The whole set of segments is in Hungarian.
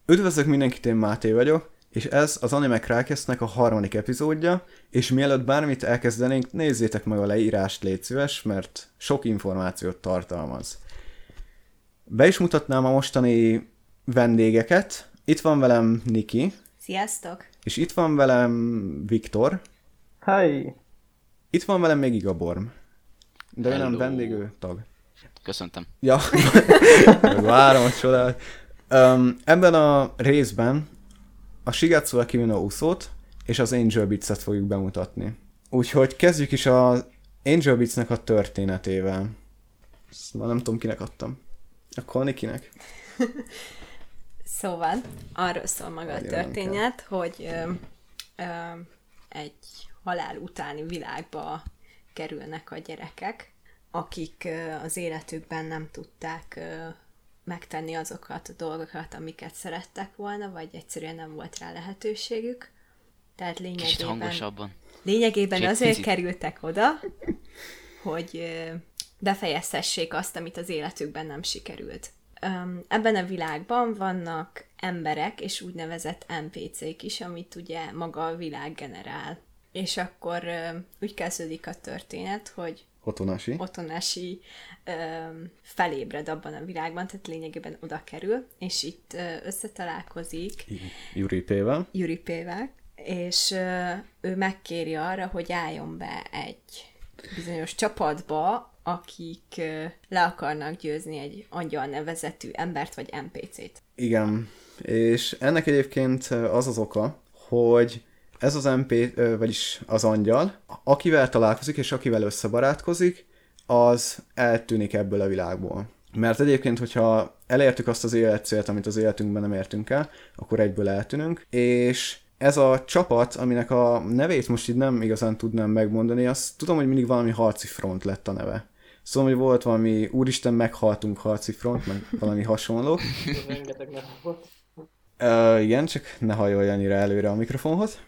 Üdvözlök mindenkit, én Máté vagyok, és ez az Anime Crackcastnek a 3. epizódja, és mielőtt bármit elkezdenénk, nézzétek meg a leírást, légy szíves, mert sok információt tartalmaz. Be is mutatnám a mostani vendégeket. Itt van velem Niki. Sziasztok! És itt van velem Viktor. Hi! Itt van velem még Igaborm. De ő Hello. nem vendég, ő tag. Köszöntem. Ja, várom a csodát. Ebben a részben a Shigatsu wa Kimi no Uso-t és az Angel Beats-et fogjuk bemutatni. Úgyhogy kezdjük is az Angel Beats-nek a történetével. Ezt már nem tudom, kinek adtam. Akkor Nikinek. Szóval arról szól maga a történet, hogy egy halál utáni világba kerülnek a gyerekek, akik az életükben nem tudták megtenni azokat a dolgokat, amiket szerettek volna, vagy egyszerűen nem volt rá lehetőségük. Tehát Kicsit hangosabban. lényegében Kicsit azért picit. kerültek oda, hogy befejezhessék azt, amit az életükben nem sikerült. Ebben a világban vannak emberek és úgynevezett NPC-k is, amit ugye maga a világ generál. És akkor úgy kezdődik a történet, hogy Otonashi felébred abban a világban, tehát lényegében oda kerül, és itt összetalálkozik Juripével, és ő megkéri arra, hogy álljon be egy bizonyos csapatba, akik le akarnak győzni egy angyal nevezetű embert vagy NPC-t. Igen, és ennek egyébként az az oka, hogy ez az vagyis az angyal, akivel találkozik és akivel összebarátkozik, az eltűnik ebből a világból. Mert egyébként, hogyha elértük azt az életcélt, amit az életünkben nem értünk el, akkor egyből eltűnünk, és ez a csapat, aminek a nevét most így nem igazán tudnám megmondani, azt tudom, hogy mindig valami harci front lett a neve. Szóval, hogy volt valami úristen, meghaltunk harci front, meg valami hasonló. Rengeteg neve volt. Igen, csak ne hajolj annyira előre a mikrofonhoz.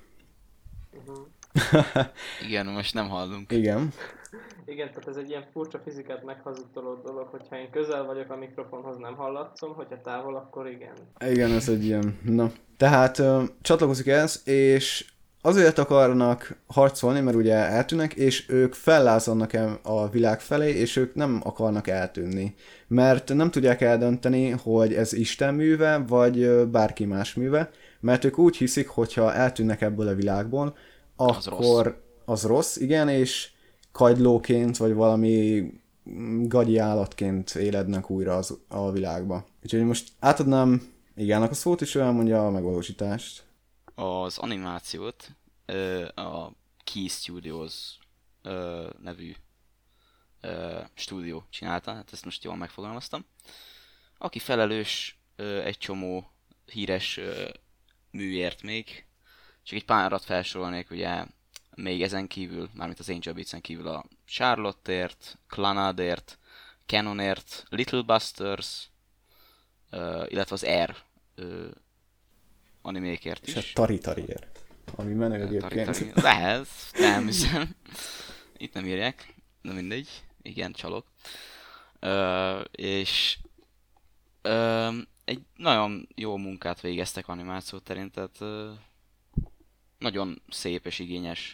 Igen, most nem hallunk. Igen. Igen, tehát ez egy ilyen furcsa fizikát meghazudtoló dolog, hogyha én közel vagyok a mikrofonhoz, nem hallatszom, hogyha távol, akkor igen. Igen, ez egy ilyen... Na. Tehát csatlakozik ez, és azért akarnak harcolni, mert ugye eltűnnek, és ők fellázadnak a világ felé, és ők nem akarnak eltűnni. Mert nem tudják eldönteni, hogy ez Isten műve, vagy bárki más műve, mert ők úgy hiszik, hogyha eltűnnek ebből a világból, akkor az rossz, igen, és kagylóként, vagy valami gagyi állatként élednek újra a világba. Úgyhogy most átadnám Igának a szót, és ő elmondja a megvalósítást. Az animációt a Key Studios nevű stúdió csinálta, hát ezt most jól megfogalmaztam. Aki felelős egy csomó híres műért még, csak egy párat felsorolnék, ugye még ezen kívül, mármint az Angel Beats-en kívül a Charlotte-ért, Clannad-ért, Canonért, Little Busters, illetve az Air animékért is. És a Tari-Tariért, ami menő egyébként. Lehet, nem hiszem. Itt nem írják, de mindegy. Igen, csalok. És egy nagyon jó munkát végeztek animáció terén, tehát nagyon szép és igényes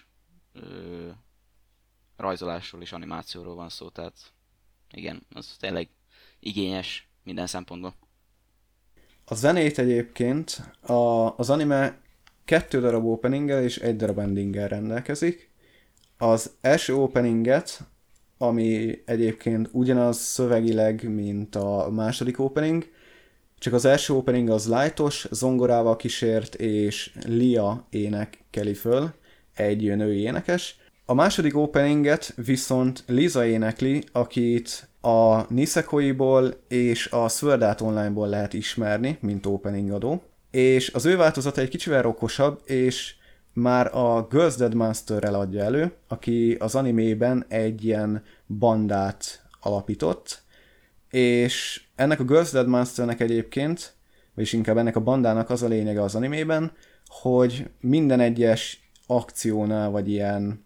rajzolásról és animációról van szó, tehát igen, az tényleg igényes minden szempontból. A zenét egyébként az anime 2 darab openinggel és 1 darab endinggel rendelkezik. Az első openinget, ami egyébként ugyanaz szövegileg, mint a második opening, csak az első opening az lightos, zongorával kísért, és Lia énekeli föl, egy női énekes. A második openinget viszont Liza énekli, akit a Nisekoi-ból és a Sword Art Online-ból lehet ismerni, mint opening adó. És az ő változata egy kicsivel rockosabb, és már a Girls Dead Monsterrel adja elő, aki az animében egy ilyen bandát alapított, és ennek a Girls Dead Monsternek egyébként, vagyis inkább ennek a bandának az a lényege az animében, hogy minden egyes akciónál, vagy ilyen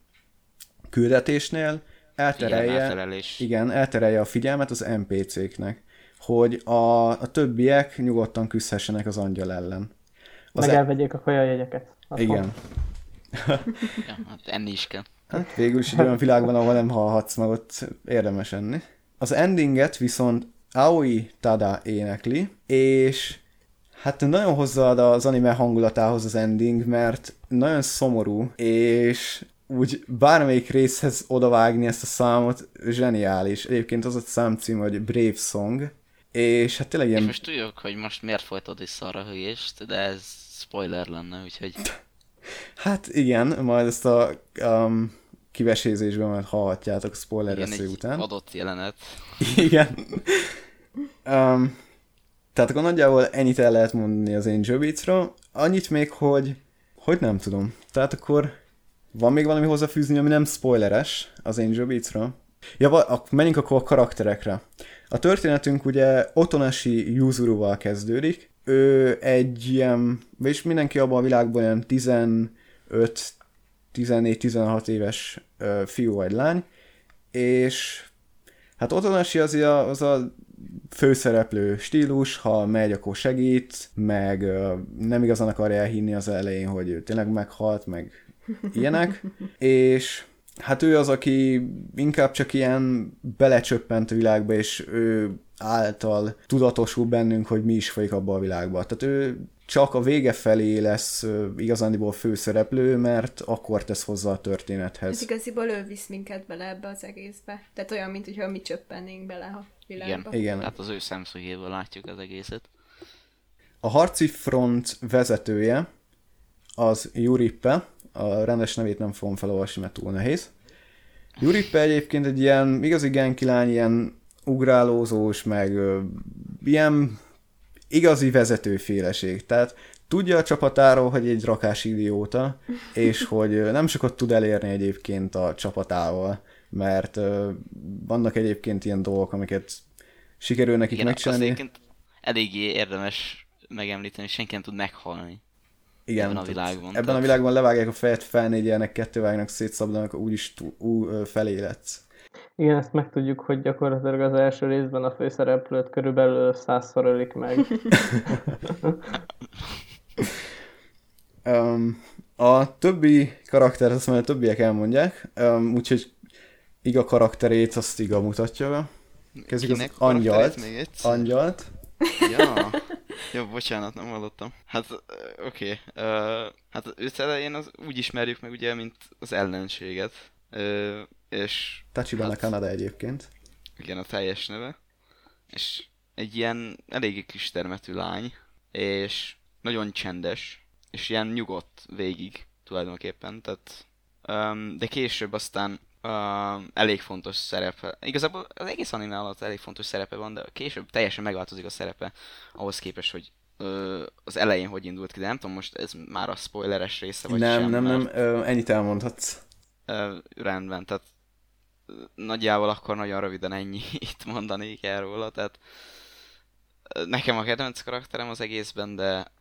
küldetésnél elterelje a figyelmet az NPC-knek. hogy a többiek nyugodtan küzdhessenek az angyal ellen. Meg elvegyék a kajajegyeket. Igen. Ja, hát enni is kell. Hát végül is egy olyan világban, ahol nem halhatsz meg, ott érdemes enni. Az endinget viszont Aoi Tada énekli, és hát nagyon hozzáad az anime hangulatához az ending, mert nagyon szomorú, és úgy bármelyik részhez odavágni ezt a számot zseniális. Egyébként az a számcím, hogy Brave Song, és hát tényleg ilyen... És most tudjuk, hogy most miért folytod vissza a röhögést, de ez spoiler lenne, úgyhogy... Hát igen, majd ezt a kivesézésben majd hallhatjátok spoileresző után. Adott jelenet. Igen. Tehát akkor nagyjából ennyit el lehet mondani az Angel Beats-ról. Annyit még, hogy nem tudom. Tehát akkor van még valami hozzáfűzni, ami nem spoileres az Angel Beats-ról? Ja, menjünk akkor a karakterekre. A történetünk ugye Otonashi Yuzuruval kezdődik. Ő egy ilyen, vagyis mindenki abban a világban ilyen 14-16 éves fiú vagy lány, és hát Otonashi az a főszereplő stílus, ha megy, akkor segít, meg nem igazán akarja elhinni az elején, hogy ő tényleg meghalt, meg ilyenek, és hát ő az, aki inkább csak ilyen belecsöppent a világba, és ő által tudatosul bennünk, hogy mi is folyik abban a világban. Tehát ő csak a vége felé lesz igazándiból főszereplő, mert akkor tesz hozzá a történethez. Ez igaziból ő visz minket bele ebbe az egészbe. Tehát olyan, mintha mi csöppennénk bele a világba. Igen. Hát az ő szemszögéből látjuk az egészet. A harci front vezetője az Yurippe, a rendes nevét nem fogom felolvasni, mert túl nehéz. Yurippe egyébként egy ilyen igazi genkilány, ilyen ugrálózós, meg ilyen igazi vezetőféleség. Tehát tudja a csapatáról, hogy egy rakás idióta, és hogy nem sokat tud elérni egyébként a csapatával, mert vannak egyébként ilyen dolgok, amiket sikerül nekik igen, megcsinálni. Igen, eléggé érdemes megemlíteni, hogy senki nem tud meghalni. Igen, ebben a világban. Ebben a világban levágják a fejet, felnégyelnek, kettővágnak, szétszabdanak, úgyis feléletsz. Igen, ezt megtudjuk, hogy gyakorlatilag az első részben a főszereplőt körülbelül 100-szor ölik meg. A többi karaktert azt majd a többiek elmondják, úgyhogy Iga karakterét azt Iga mutatja be. Kezdjük az angyalt. Ja. Jó, bocsánat, nem hallottam. Hát, oké. Hát őt elején úgy ismerjük meg ugye, mint az ellenséget. És... Tachibana Kanada egyébként. Igen, a teljes neve. És egy ilyen eléggé kis termetű lány, és nagyon csendes, és ilyen nyugodt végig tulajdonképpen, tehát... de később aztán elég fontos szerepe. Igazából az egész anime alatt elég fontos szerepe van, de később teljesen megváltozik a szerepe ahhoz képest, hogy az elején hogy indult ki, de nem tudom, most ez már a spoileres része, vagy nem, ennyit elmondhatsz. Rendben, tehát nagyjából akkor nagyon röviden ennyi itt mondanék el róla, tehát nekem a kedvenc karakterem az egészben, de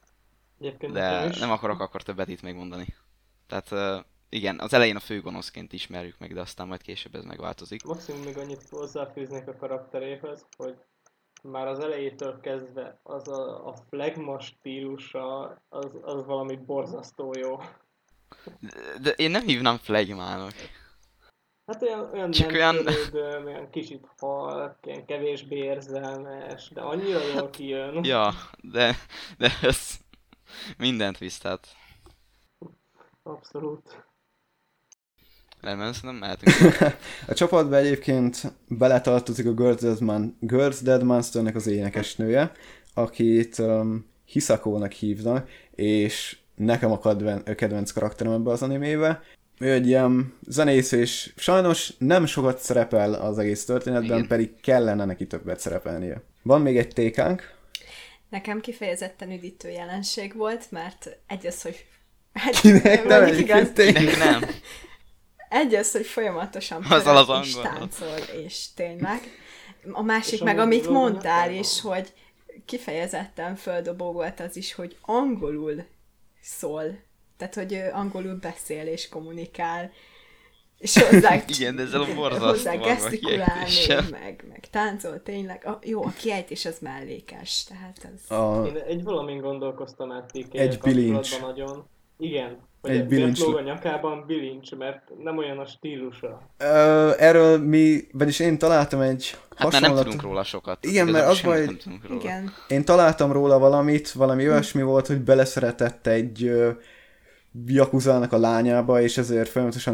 nem akarok akkor többet itt megmondani. Tehát igen, az elején a főgonoszként ismerjük meg, de aztán majd később ez megváltozik. Maximum még annyit hozzáfűznék a karakteréhez, hogy már az elejétől kezdve az a flegma stílusa, az valami borzasztó jó. De én nem hívnám flegmának. Hát olyan csak nem törődöm, olyan kicsit halk, ilyen kevésbé érzelmes, de annyira jól kijön. Ja, de ez mindent visz, tehát. Abszolút. Rendben, szerintem mehetünk. A csapatba egyébként beletartozik a Girls Dead Monsternek az énekesnője, akit Hisako-nak hívnak, és nekem a kedvenc karakterem ebbe az animébe. Ő egy ilyen zenész, és sajnos nem sokat szerepel az egész történetben, igen, pedig kellene neki többet szerepelnie. Van még egy tékánk. Nekem kifejezetten üdítő jelenség volt, mert egy az, hogy... Kinek nem nem. Egy az, hogy folyamatosan pörög és táncol, és tényleg. A másik és meg, amit mondtál is, hogy kifejezetten földobó volt az is, hogy angolul szól. Tehát, hogy angolul beszél és kommunikál. és hozzá, Igen, de ezzel a borzasztó hozzá van gesztikulálni, meg táncol tényleg. Jó, a kiejtés az mellékes, tehát az... Én egy valamin gondolkoztam át Egy bilincs. nagyon. Igen, hogy Egy bilincs. miért lóg a nyakában bilincs, mert nem olyan a stílusa. Erről vagyis én találtam egy Hát már nem tudunk róla sokat. Igen, mert az Igazából baj, semmit nem tudunk róla. Igen. én találtam róla valami olyasmi volt, hogy beleszeretett egy Yakuzának a lányába, és ezért folyamatosan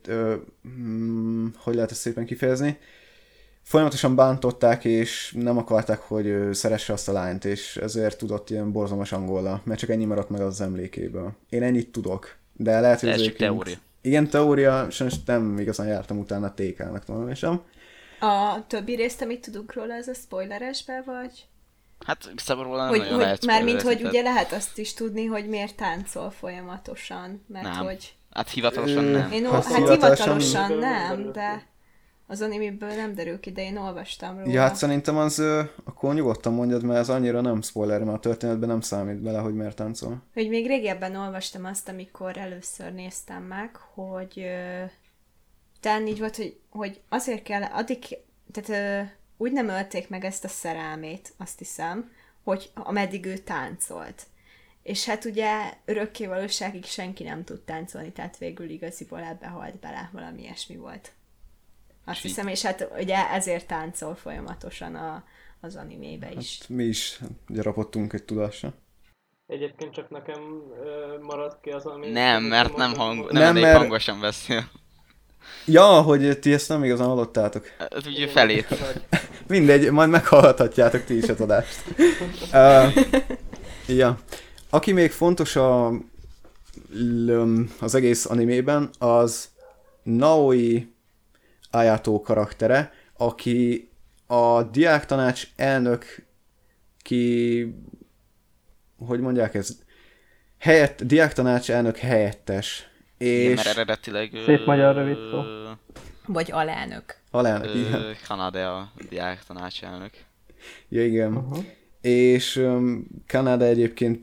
hogy lehet ezt szépen kifejezni? Folyamatosan bántották, és nem akarták, hogy szeresse azt a lányt, és ezért tudott ilyen borzalmas angolla, mert csak ennyi maradt meg az emlékéből. Én ennyit tudok, de lehet, hogy Ez csak egyébként- teória. Igen, teória, sajnos nem igazán jártam utána TK-nak tanulmányosam. A többi részt, amit tudunk róla, ez a spoileresbe, vagy? Hát szabad róla nem Hogy, nagyon lehet mármint, hogy spoilerezni, ugye lehet azt is tudni, hogy miért táncol folyamatosan, mert Nem. hogy... Hát hivatalosan nem. Én Hát hát hivatalosan- hivatalosan Nem nem, derül de az animéből nem derül ki, de én olvastam róla. Ja, hát szerintem az, akkor nyugodtan mondjad, mert ez annyira nem spoiler, mert a történetben nem számít bele, hogy miért táncol. Hogy még régebben olvastam azt, amikor először néztem meg, hogy talán így volt, hogy azért kell, addig, tehát úgy nem ölték meg ezt a szerelmét, azt hiszem, hogy ameddig ő táncolt. És hát ugye örökké valóságig senki nem tud táncolni, tehát végül igaziból ebbe halt bele, valami ilyesmi volt. Azt Sí. hiszem, és hát ugye ezért táncol folyamatosan az animébe is. Hát mi is gyarapodtunk egy tudásra. Egyébként csak nekem maradt ki az, ami... Nem, mert nem, Nem, elég mert- hangosan beszél. Ja, hogy ti ezt nem igazán hallottátok. Hát ugye felét. Mindegy, majd meghallhatjátok ti is a tudást. Ja. Aki még fontos az egész animében, az Naoi Ayato karaktere, aki a diáktanács elnök, hogy mondják ez? Diáktanács elnök helyettes. Igen, És mert eredetileg... Szép magyar rövid szó. Vagy alelnök. alelnök, igen. Kanada a diák tanácselnök. Ja, igen. És Kanada egyébként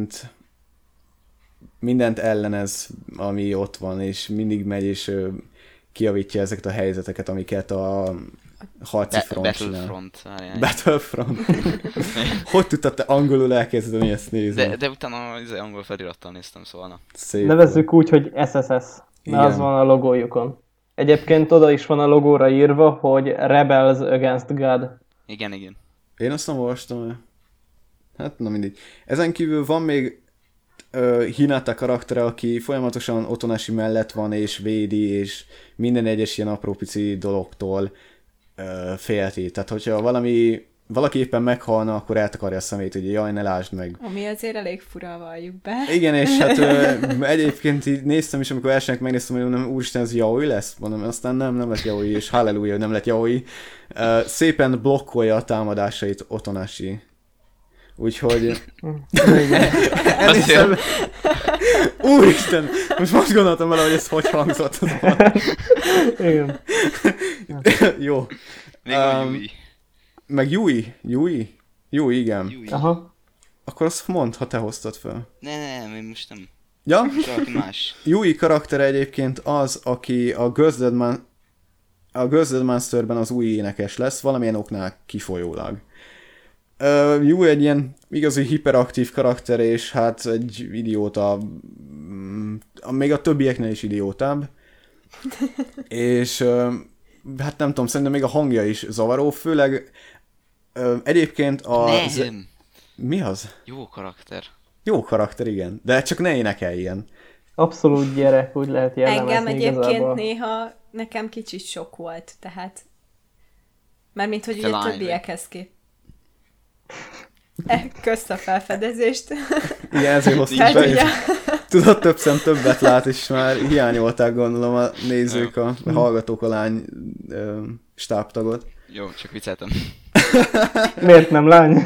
mindent ellenez, ami ott van, és mindig megy, és kijavítja ezeket a helyzeteket, amiket a harci front csinál. Battlefront. várjál. Battlefront. Hogy tudtad te angolul elkezdeni ezt nézni? De utána az angol felirattal néztem, szóval na. Szép. Nevezzük úgy, hogy SSS, Igen. mert az van a logójukon. Egyébként oda is van a logóra írva, hogy Rebels Against God. Igen. Én azt nem olvastam el. Hát, na mindig. Ezen kívül van még Hinata karaktere, aki folyamatosan Otonashi mellett van, és védi, és minden egyes ilyen apró pici dologtól félti. Tehát, hogyha valaki éppen meghalna, akkor eltakarja a szemét, hogy jaj, ne lásd meg. Ami azért elég fura, valljuk be. Igen, és hát egyébként így néztem is, amikor elsőnek megnéztem, hogy mondom, úristen, ez yaoi lesz? Mondom, aztán nem lett yaoi, és halleluja, hogy nem lett yaoi. Szépen blokkolja a támadásait Otonashi. Úgyhogy... Elnéztem. Úristen, most gondoltam vele, hogy ez hogy hangzott. Igen. Jó. Még a Yui. Meg Yui? Yui, igen. Yui. Aha. Akkor azt mondd, ha te hoztad fel. Nem, én most nem. Ja? Valaki más. Yui karaktere egyébként az, aki a Ghosted Monsterben az új énekes lesz, valamilyen oknál kifolyólag. Yui egy ilyen igazi hiperaktív karakter, és hát egy idióta, még a többieknél is idiótább. És hát nem tudom, szerintem még a hangja is zavaró, főleg egyébként Nem. Mi az? Jó karakter. Jó karakter, igen, de csak ne énekeljen. Abszolút gyerek, úgy lehet jellemezni Engem egyébként igazából. néha nekem kicsit sok volt, tehát... Mármint, hogy Te ugye lány többiekhez kép. Köszt a felfedezést. Igen, ezért hoztuk Hát be, ugye... és tudod, több szem többet lát, és már hiányolták gondolom a nézők, a hallgatók a lány stábtagot. Jó, csak vicceltem. Miért nem lány?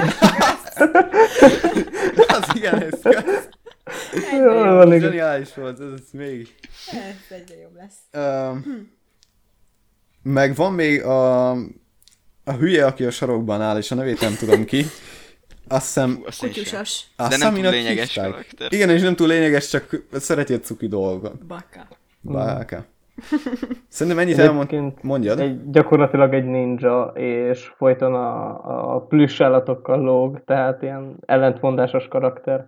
Az igen, ez kösz. Jól van, igen. Zseniális volt, ez még... Ez egyre jobb lesz. Meg van még a hülye, aki a sarokban áll, és a nevét nem tudom ki. Azt hiszem... Azt én sem. Kutyusos. azt nem hiszem, túl minek lényeges hívták. karakter. Igen, és nem túl lényeges, csak szereti a cuki dolgot. Baka. Báka. Szerintem ennyit Egyébként mondjad. Gyakorlatilag egy ninja, és folyton a plüss állatokkal lóg, tehát ilyen ellentmondásos karakter.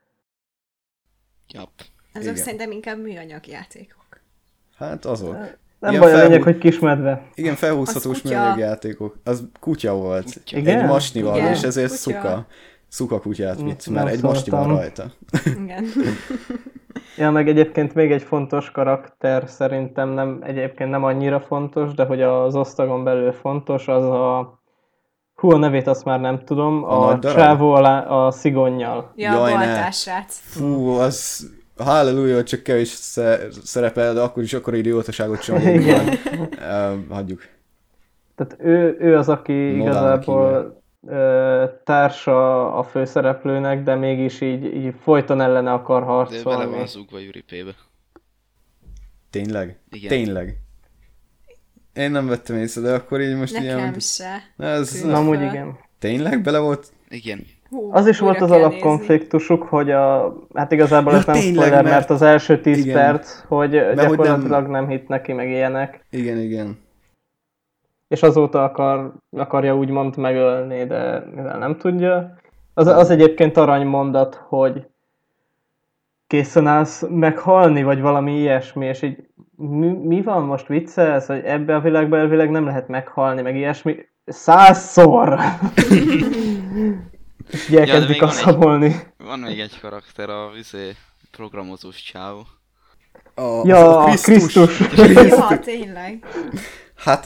Jap. Azok Igen. szerintem inkább műanyag játékok. Hát azok. Nem Ilyen baj, a lényeg, felhúz- hogy kismedve. Igen, felhúzhatós Az kutya. műanyagjátékok. Az kutya volt. Kutya. Igen? Egy masnival, Igen, és ezért kutya. szuka kutyát vitt, Nem mert egy masni van szóltam. rajta. Igen. Ja, meg egyébként még egy fontos karakter szerintem egyébként nem annyira fontos, de hogy az osztagon belül fontos, az a nevét azt már nem tudom, A nagy a darab? csávó a szigonnyal. Ja, Jaj, a ne. baltásrác. Fú, az halleluja, hogy csak kevés szerepel, de akkor is akkor idiótaságot sem Igen. hagyjuk. Tehát ő az, aki Nolának igazából társa a főszereplőnek, de mégis így folyton ellene akar De vele harcolni. van zúgva Euripébe. Tényleg? Igen. Tényleg. Én nem vettem észre, de akkor így most Nekem ilyen... se. Ez, Na, amúgy igen. tényleg bele volt? Igen. Hú, Az is volt újra az kell alapkonfliktusuk, hogy hát igazából Ja, ez nem tényleg, spoiler, mert- mert az első 10 igen. perc, hogy hogy gyakorlatilag nem hitt neki, meg ilyenek. Igen. És azóta akarja úgymond megölni, de mivel nem tudja. Az egyébként aranymondat, hogy készen állsz meghalni, vagy valami ilyesmi, és így mi van most, viccelsz, hogy ebbe a világban elvileg nem lehet meghalni, meg ilyesmi. 100-szor! És így de elkezdik még van azt egy- szabolni. Van még egy karakter, a programozós csávó. Ja, a Krisztus. Ja, tényleg. Hát,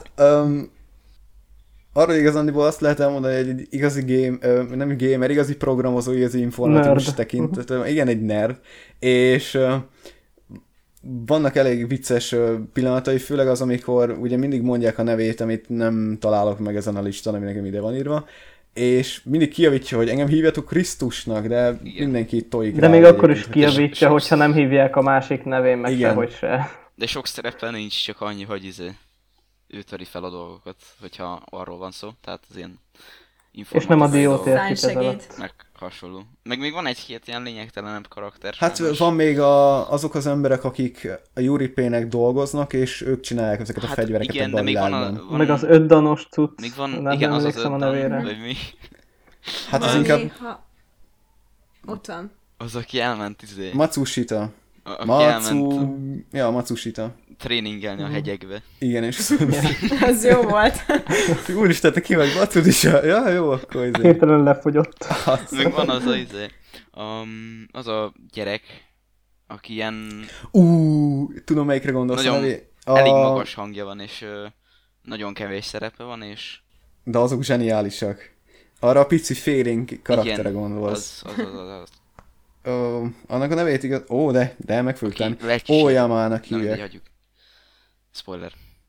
arra igazándiból azt lehet elmondani, hogy egy igazi nem gamer, igazi programozó, igazi informatikus Nerd. tekintetben. Igen, egy nerd. És vannak elég vicces pillanatai, főleg az, amikor ugye mindig mondják a nevét, amit nem találok meg ezen a listán, ami nekem ide van írva, és mindig kijavítja, hogy engem hívjatok Krisztusnak, de Igen. mindenki tojik De rá még akkor is egyébként, hogy- kijavítja, hogyha nem hívják a másik nevén, meg Igen. sehogy se. De sok szerepe nincs, csak annyi, hogy ő töri fel a dolgokat, hogyha arról van szó. Tehát az ilyen És nem a informatikai diót dolgok, értik ez Szánsegéd. alatt. meg hasonló. Meg még van egy-két ilyen lényegtelenebb karakter. Hát sajnos. van még azok az emberek, akik a Euripének dolgoznak, és ők csinálják ezeket a fegyvereket igen, ebben de a még van világban. van, Meg az 5 danos cucc. még van, nem igen, az emlékszem a öt dan, nevére. vagy mi? Hát ez Az- inkább Ott van. Az, aki elment Matsushita. aki elment Matsushita. tréningelni a hegyekbe. Igen, és Az jó volt. úristen, te ki vagy Matsushita? Ja, jó, akkor Hirtelen lefogyott. Meg van az az a gyerek, aki ilyen tudom melyikre gondolsz. Nagyon Nevi? elég magas hangja van, és nagyon kevés szerepe van, és De azok zseniálisak. Arra a pici félénk karaktere igen, gondolsz. az. Annak a nevét igaz... de meg fogjuk tenni. Lecsi. Ójamának Nem, így hívják. hagyjuk. Spoiler.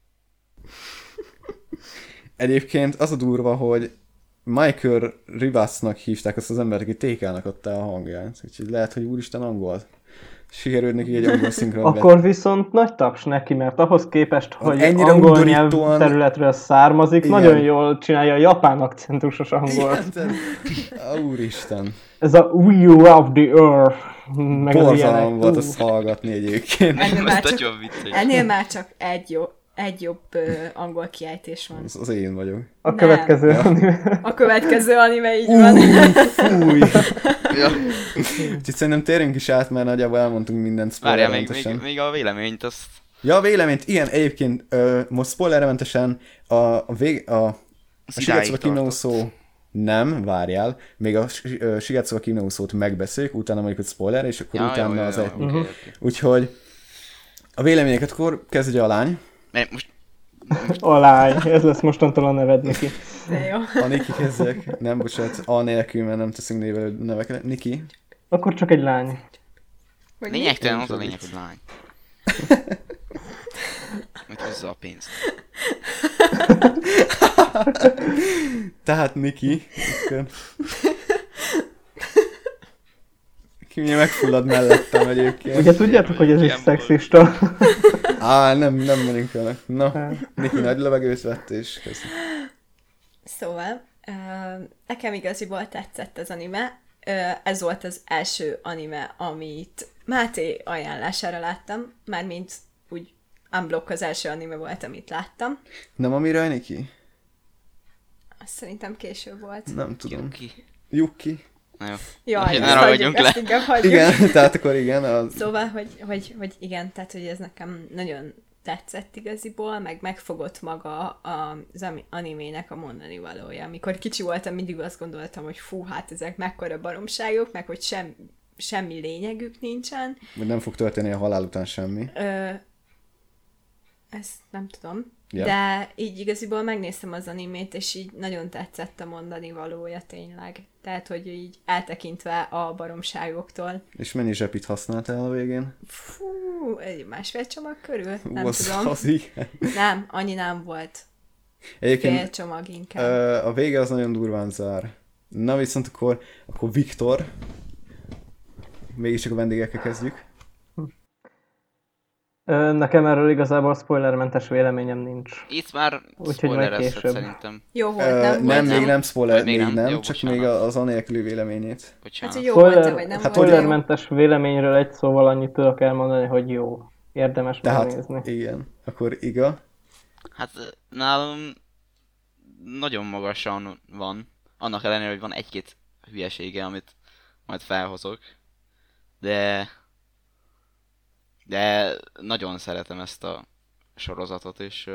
Egyébként az a durva, hogy Michael Rivasnak hívták azt az embert, aki TK-nak adta a hangját. Úgyhogy lehet, hogy úristen angol. Sikerült neki egy angol szinkron Akkor viszont nagy taps neki, mert ahhoz képest, hogy ennyire angol nyelv undorítóan- területről származik, Igen. nagyon jól csinálja a japán akcentusos angolt. Úristen. Ez a We Love the Earth. Meg az Borzalom ilyenek. volt azt hallgatni egyébként. Ennél már Ez csak, nagyon vicces. ennél már csak egy jobb angol kiejtés van. Az én vagyok. A következő Nem. anime. A következő anime így van. Fúj! Ja. Úgyhogy szerintem térjünk is át, mert nagyjából elmondtunk mindent Várjál, még spoilermentesen. a véleményt, azt... Ja, a véleményt, igen, egyébként most spoilermentesen a Shigetsu Kimi no Uso nem, várjál, még a Shigetsu Kimi no Usót megbeszéljük, utána mondjuk, hogy spoiler, és akkor utána az egy. Okay. Úgyhogy a véleményeket akkor kezdje a lány. Mert most Alány, ez lesz mostantól a neved neki. De jó. A Niki kezdjek. Nem, bocsánat, A nélkül, mert nem teszünk névelő neveket. Niki. Akkor csak egy lány. Vagy lényegtelen az a lényeg, hogy lány. Majd hozza a pénzt. Tehát Niki. Akkor... Ki ugye megfullad mellettem egyébként. Ugye tudjátok, hogy ez is Ilyen volt. szexista? Nem menjünk vele. Na, Niki nagy levegőt vett, és köszi. Szóval, nekem igaziból tetszett az anime. Ez volt az első anime, amit Máté ajánlására láttam, mármint úgy unblock az első anime volt, amit láttam. Nem a Mirai Nikki? Azt szerintem később volt. Nem tudom. Yuki. Yuki. Na jó. Jaj, Ne ezt ragadjunk le. ezt inkább hagyjuk. Igen, tehát akkor igen. Az... Szóval, hogy igen, tehát hogy ez nekem nagyon tetszett igaziból, meg megfogott maga az animének a mondani valója. Amikor kicsi voltam, mindig azt gondoltam, hogy fú, hát ezek mekkora baromságok, meg hogy semmi lényegük nincsen. Vagy nem fog történni a halál után semmi. Ezt nem tudom. Ja. De így igaziból megnéztem az animét, és így nagyon tetszett a mondani valója tényleg. Tehát, hogy így eltekintve a baromságoktól. És mennyi zsepit használtál a végén? Fú, egy másfél csomag körül? Nem az, tudom. az igen. Nem, annyi nem volt. Egyébként Fél csomag inkább. a vége az nagyon durván zár. Na viszont akkor Viktor. Mégiscsak a vendégekkel kezdjük. Nekem erről igazából spoilermentes véleményem nincs. Itt már Úgyhogy spoilerezhet majd később. szerintem. Jó volt, nem Nem, volt? még nem spoiler, Még még nem? nem, Jó, csak bocsánat. még az anélküli véleményét. Hát, Bocsánat. hogy jó volt-e, vagy nem hát, volt? Spoilermentes véleményről egy szóval annyit tudok elmondani, hogy jó. Érdemes megnézni. Tehát igen, akkor Iga. Hát nálam nagyon magasan van. Annak ellenére, hogy van egy-két hülyesége, amit majd felhozok. De nagyon szeretem ezt a sorozatot, és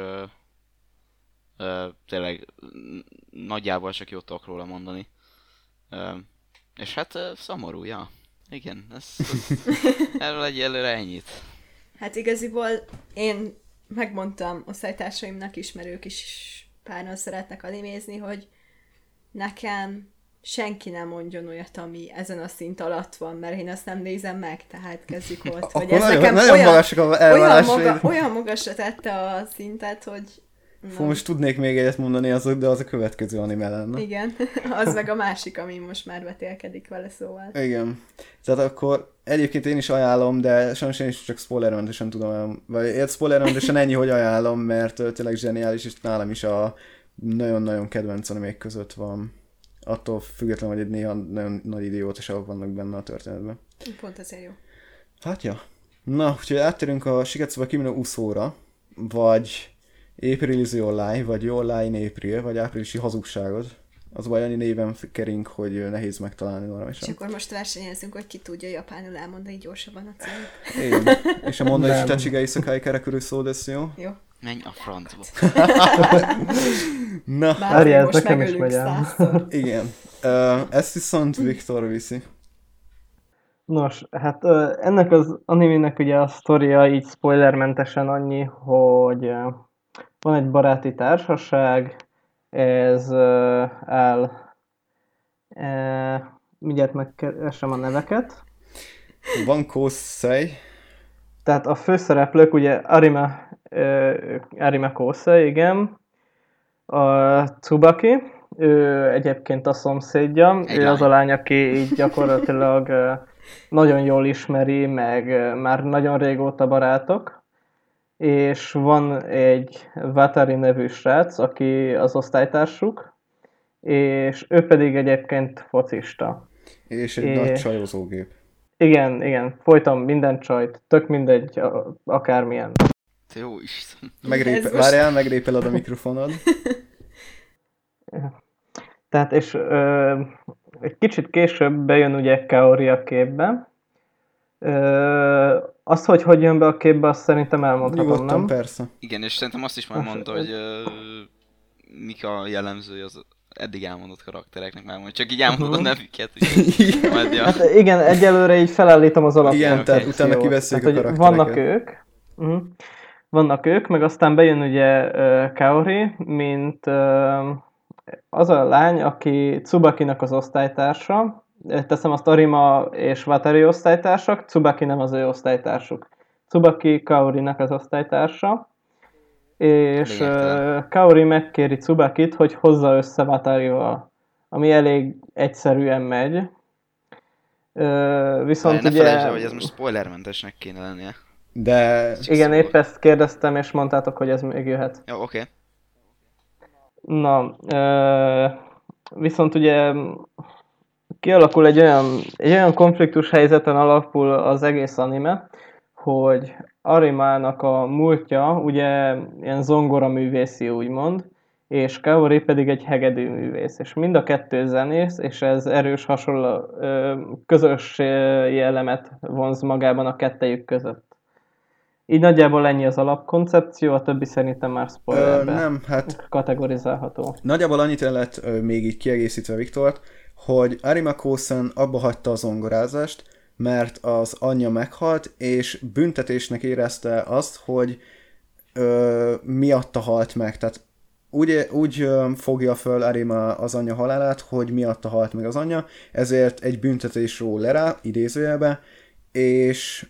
tényleg nagyjából csak jót tudok róla mondani. És hát szomorú, ja. Igen, erről egyelőre ennyit. Hát igaziból én megmondtam osztálytársaimnak, ismerők is páran szeretnek animézni, hogy nekem senki nem mondjon olyat, ami ezen a szint alatt van, mert én azt nem nézem meg, tehát kezdjük ott. Akkor Hogy ez nagyon, nekem nagyon magasak a elvárásaid. olyan magasra tette a szintet, hogy... Fú, most tudnék még egyet mondani, de az a következő anime lenne. Igen, az meg a másik, ami most már vetélkedik vele, szóval. Igen. Tehát akkor egyébként én is ajánlom, de sajnos én is csak spoilermentesen tudom, vagy spoilermentesen ennyi, hogy ajánlom, mert tényleg zseniális, és nálam is a nagyon-nagyon kedvenc animék között van. Attól függetlenül, hogy egy néha nagyon nagy idiótaságok vannak benne a történetben. Pont azért jó. Hát ja. Na, úgyhogy áttérünk a Shigetsuba Kimi no Uso-ra, vagy April is Your Lie, vagy Your Lie in April, vagy áprilisi hazugságod. Az vagy annyi néven kering, hogy nehéz megtalálni És normálisan. akkor most versenyezünk, hogy ki tudja japánul elmondani gyorsabban a címét. Igen. És a mondani is Nem. Tachigai Sakai Karakuru szó desu, jó? Jó. Menj a francba. Na, Bár Várjál, ez most nekem is megölünk megy ám. százszor. igen. Ezt viszont Viktor viszi. Nos, hát ennek az animének ugye a sztoria így spoilermentesen annyi, hogy van egy baráti társaság, ez áll, mindjárt megkeresem a neveket, Van Kosei. tehát a főszereplők ugye Arima Kosei, igen, a Tsubaki, ő egyébként a szomszédja, Egy ő az lány. a lány, aki így gyakorlatilag nagyon jól ismeri, meg már nagyon régóta barátok, és van egy Watari nevű srác, aki az osztálytársuk, és ő pedig egyébként focista. És egy És- nagy csajozógép. Igen, folyton minden csajt, tök mindegy, akármilyen. Te jó Isten. Ez most- Várjál, megrépeled a mikrofonod. Tehát, és egy kicsit később bejön ugye Kaori a képbe. Azt, hogy jön be a képbe, azt szerintem elmondhatom, Nyugodtan, nem? persze. Igen, és szerintem azt is majd mondta, hogy mik a jellemzői az eddig elmondott karaktereknek, már majd csak így elmondod a nevüket. úgyhogy majd, ja. Hát igen, egyelőre így felállítom az alapkoncepciót. Igen, tehát utána kivesszük a Tehát, hogy karaktereket. vannak ők, meg aztán bejön ugye Kaori, mint az a lány, aki Tsubakinak az osztálytársa. Teszem azt, Arima és Watari osztálytársak, Tsubaki nem az ő osztálytársuk. Tsubaki Kaorinak az osztálytársa, és Lényegtelen. Kaori megkéri Tsubakit, hogy hozza össze Watarival, ami elég egyszerűen megy. Viszont Ne ugye... felejtsd el, hogy ez most spoilermentesnek kéne lennie. De Igen, épp ezt kérdeztem, és mondtátok, hogy ez még jöhet. Jó, oké. Na, viszont ugye kialakul egy olyan konfliktus helyzeten alapul az egész anime, hogy Arimának a múltja ugye ilyen zongoraművészi úgymond, és Kaori pedig egy hegedűművész, és mind a kettő zenész, és ez erős hasonló közös jellemet vonz magában a kettejük között. Így nagyjából ennyi az alapkoncepció, a többi szerintem már spoilerbe Nem, hát kategorizálható. nagyjából annyit lehet még így kiegészítve Viktort, hogy Arima Kousen abba hagyta a zongorázást, mert az anyja meghalt, és büntetésnek érezte azt, hogy miatta halt meg. Tehát úgy fogja föl Arima az anyja halálát, hogy miatta halt meg az anyja, ezért egy büntetés ról le rá, idézőjelbe, és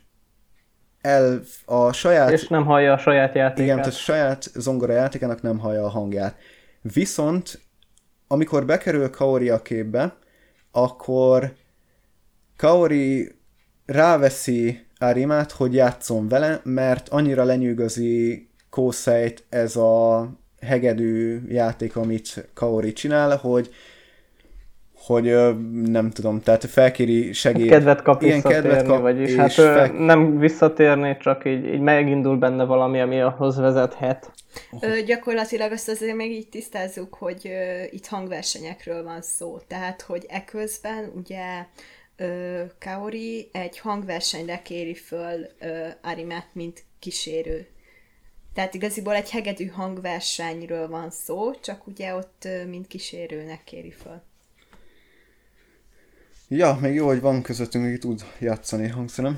És nem hallja a saját játékát. Igen, tehát a saját zongora játékának nem hallja a hangját. Viszont, amikor bekerül Kaori a képbe, akkor Kaori ráveszi Arimát, hogy játszon vele, mert annyira lenyűgözi Kouseit ez a hegedű játék, amit Kaori csinál, hogy nem tudom, tehát felkéri segélyt. Kedvet kap visszatérni, vagyis hát nem visszatérni, csak így megindul benne valami, ami ahhoz vezethet. Gyakorlatilag azt azért még így tisztázzuk, hogy itt hangversenyekről van szó. Tehát, hogy eközben ugye Kaori egy hangversenyre kéri föl Arimát, mint kísérő. Tehát igaziból egy hegedű hangversenyről van szó, csak ugye ott mint kísérőnek kéri föl. Ja, még jó, hogy van közöttünk, aki tud játszani hangszerem.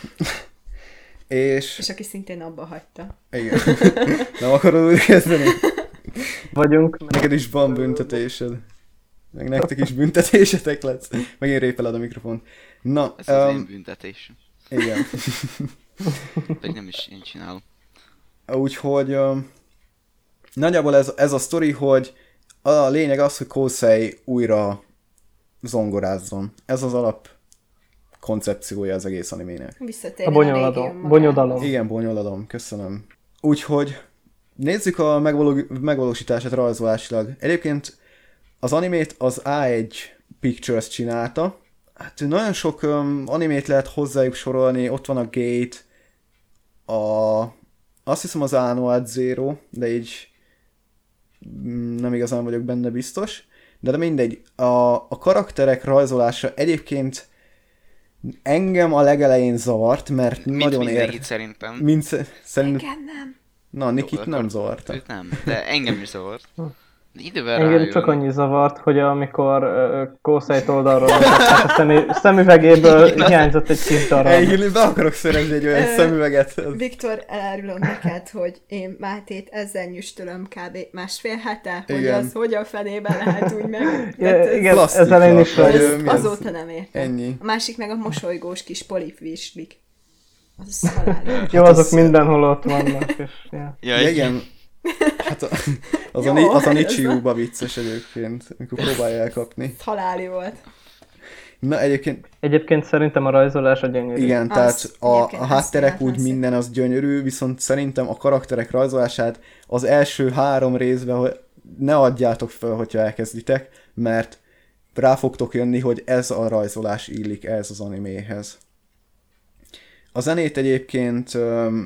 És aki szintén abba hagyta. Igen. Nem akarod úgy kezdeni? Vagyunk. Neked is van büntetésed. Meg nektek is büntetésetek lesz. Megint répeled a mikrofont. Na, ez az én büntetésem. Igen. Pedig nem is én csinálom. Úgyhogy nagyjából ez a sztori, hogy a lényeg az, hogy Kousei újra zongorázzon. Ez az alap koncepciója az egész animének. A bonyodalom. Igen, bonyodalom, köszönöm. Úgyhogy nézzük a megvalósítását rajzolásilag. Egyébként az animét az A1 Pictures csinálta. Hát nagyon sok animét lehet hozzájuk sorolni, ott van a Gate, azt hiszem az Anoad Zero, de így nem igazán vagyok benne biztos. De mindegy, a karakterek rajzolása egyébként engem a legelején zavart, mert nagyon szerintem. Engem nem. Na, Nikit nem zavarta. Őt nem, de engem is zavart. Engem csak annyi zavart, hogy amikor Kouseit oldalról a szemüvegéből hiányzott egy kis darab. Én be akarok szerezni egy olyan szemüveget. Viktor, elárulom neked, hogy én Mátét ezzel nyüstölöm kb. Másfél hete, hogy az hogy a fenébe lehet úgy meg. Igen, ezzel én is vagy. Azóta nem értem. Ennyi. A másik meg a mosolygós kis polipvislik. Az halálos. Jó, azok mindenhol ott vannak. És, ja, igen. Hát az a Nichiu-ba vicces egyébként, amikor próbálja elkapni. Haláli volt. Na Egyébként szerintem a rajzolás a gyönyörű. Igen, tehát a hátterek úgy minden az gyönyörű, viszont szerintem a karakterek rajzolását az első 3 részben, hogy ne adjátok fel, hogyha elkezditek, mert rá fogtok jönni, hogy ez a rajzolás illik ez az animéhez. A zenét egyébként...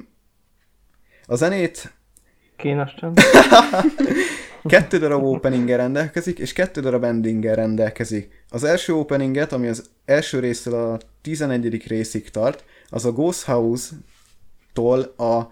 Kínos csend. 2 darab openinger rendelkezik, és 2 darab endinggel rendelkezik. Az első openinget, ami az első résztől a 11. részig tart, az a Ghost House-tól a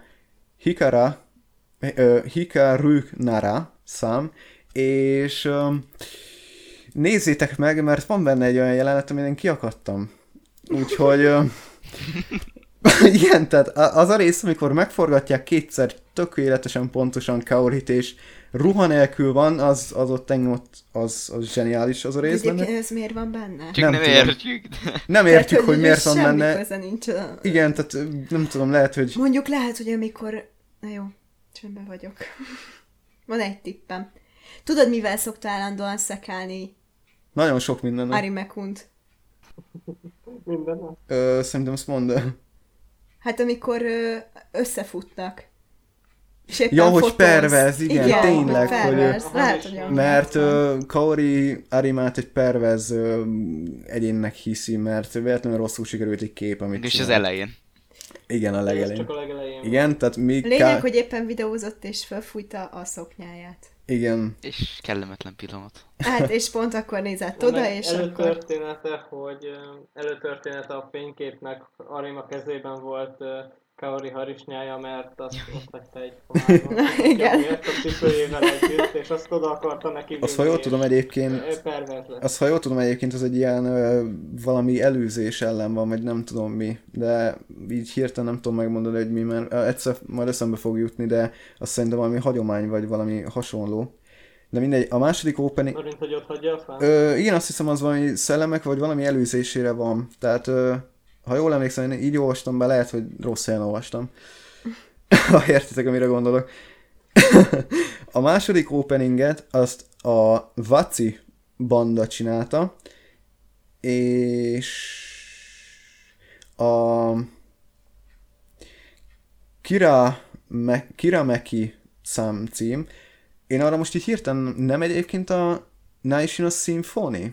Hikaru Nara szám, és nézzétek meg, mert van benne egy olyan jelenet, amin én kiakadtam. Úgyhogy... Igen, tehát az a rész, amikor megforgatják kétszer tökéletesen pontosan Kaorit, és ruha nélkül van, az ott engem az zseniális az a rész benne. Ez miért van benne? Csak nem értjük. Nem értjük, hogy miért van benne. Semmi köze nincs a... Igen, tehát nem tudom, lehet, hogy... Mondjuk lehet, hogy amikor... Na jó, csöndben vagyok. Van egy tippem. Tudod, mivel szokta állandóan szekálni Nagyon sok minden. Arimekunt? Minden. Szerintem azt mondd. Hát amikor összefutnak. Ja, hogy perverz, igen, tényleg. Perverz. Hogy, lehet, hogy mert Kaori Arimát egy perverz egyénnek hiszi, mert véletlenül rosszul sikerült egy kép, amit és az elején. Igen, a Ez legelején. csak a legelején. Igen, tehát mi Lényeg, hogy éppen videózott és felfújta a szoknyáját. Igen. És kellemetlen pillanat. Hát, és pont akkor nézett Meg oda, és akkor... előtörténete a fényképnek Arima kezében volt Kaori harisnyája, mert azt ott hagyta egy komárban. Igen. Miért a cipőjével együtt, és azt oda akarta neki vinni. Azt, ha jól tudom egyébként, Pervers lett. az egy ilyen valami előzés ellen van, vagy nem tudom mi, de így hirtelen nem tudom megmondani, hogy mi, mert egyszer majd eszembe fog jutni, de azt szerintem valami hagyomány, vagy valami hasonló. De mindegy, a második opening... Marint, hogy ott hagyja a fán? Igen, azt hiszem, az valami szellemek, vagy valami előzésére van. Tehát, ha jól emlékszem, én így olvastam be, lehet, hogy rossz helyen olvastam. Ha értitek, amire gondolok. A második openinget azt a Vaci banda csinálta, és a Kirameki számcím. Én arra most így hirtelen nem egyébként a National Symphony?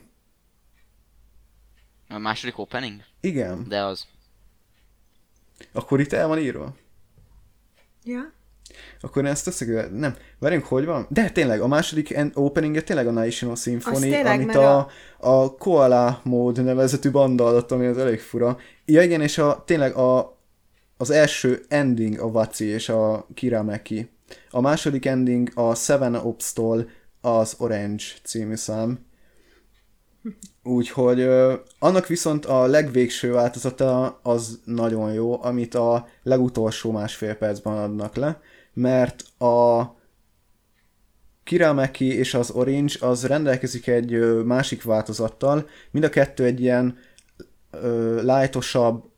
A második opening? Igen. De az. Akkor itt el van írva. Ja. Akkor én ezt összekövet... Nem. Várjunk, hogy van? De tényleg, a második openinget tényleg a National Symphony, tényleg, amit mert a Koala Mode nevezetű banda adott, ami az elég fura. Ja igen, és tényleg az első ending a Vaci és a Kirameki. A második ending a Seven Ops-tól az Orange című szám. Úgyhogy annak viszont a legvégső változata az nagyon jó, amit a legutolsó másfél percben adnak le, mert a Kirameki és az Orange az rendelkezik egy másik változattal, mind a kettő egy ilyen lightosabb,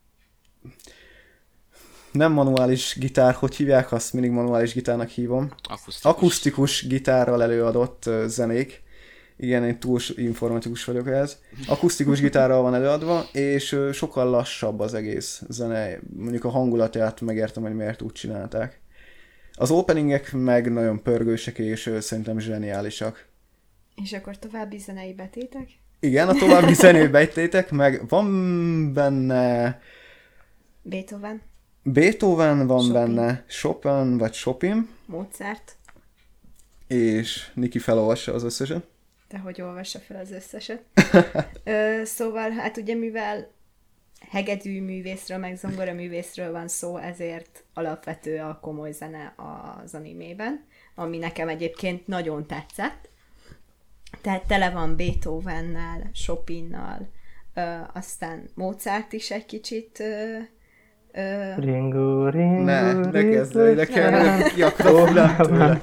nem manuális gitár, hogy hívják, azt mindig manuális gitárnak hívom. Akusztikus gitárral előadott zenék. Igen, én túl informatikus vagyok ehhez. Akusztikus gitárral van előadva, és sokkal lassabb az egész zene. Mondjuk a hangulatát megértem, hogy miért úgy csinálták. Az openingek meg nagyon pörgősek, és szerintem zseniálisak. És akkor további zenei betétek? Igen, a további zenei betétek, meg van benne... Beethoven van Chopin. benne, Chopin vagy Chopin, Mozart. és Niki felolvassa az összeset. De hogy olvassa fel az összeset. Szóval, hát ugye mivel hegedű művészről, meg zongora művészről van szó, ezért alapvető a komoly zene az animében, ami nekem egyébként nagyon tetszett. Tehát tele van Beethovennel, Chopinnal, aztán Mozart is egy kicsit... Ringo, ringo, Ne kezd el, ide kell, ki akarok tőle.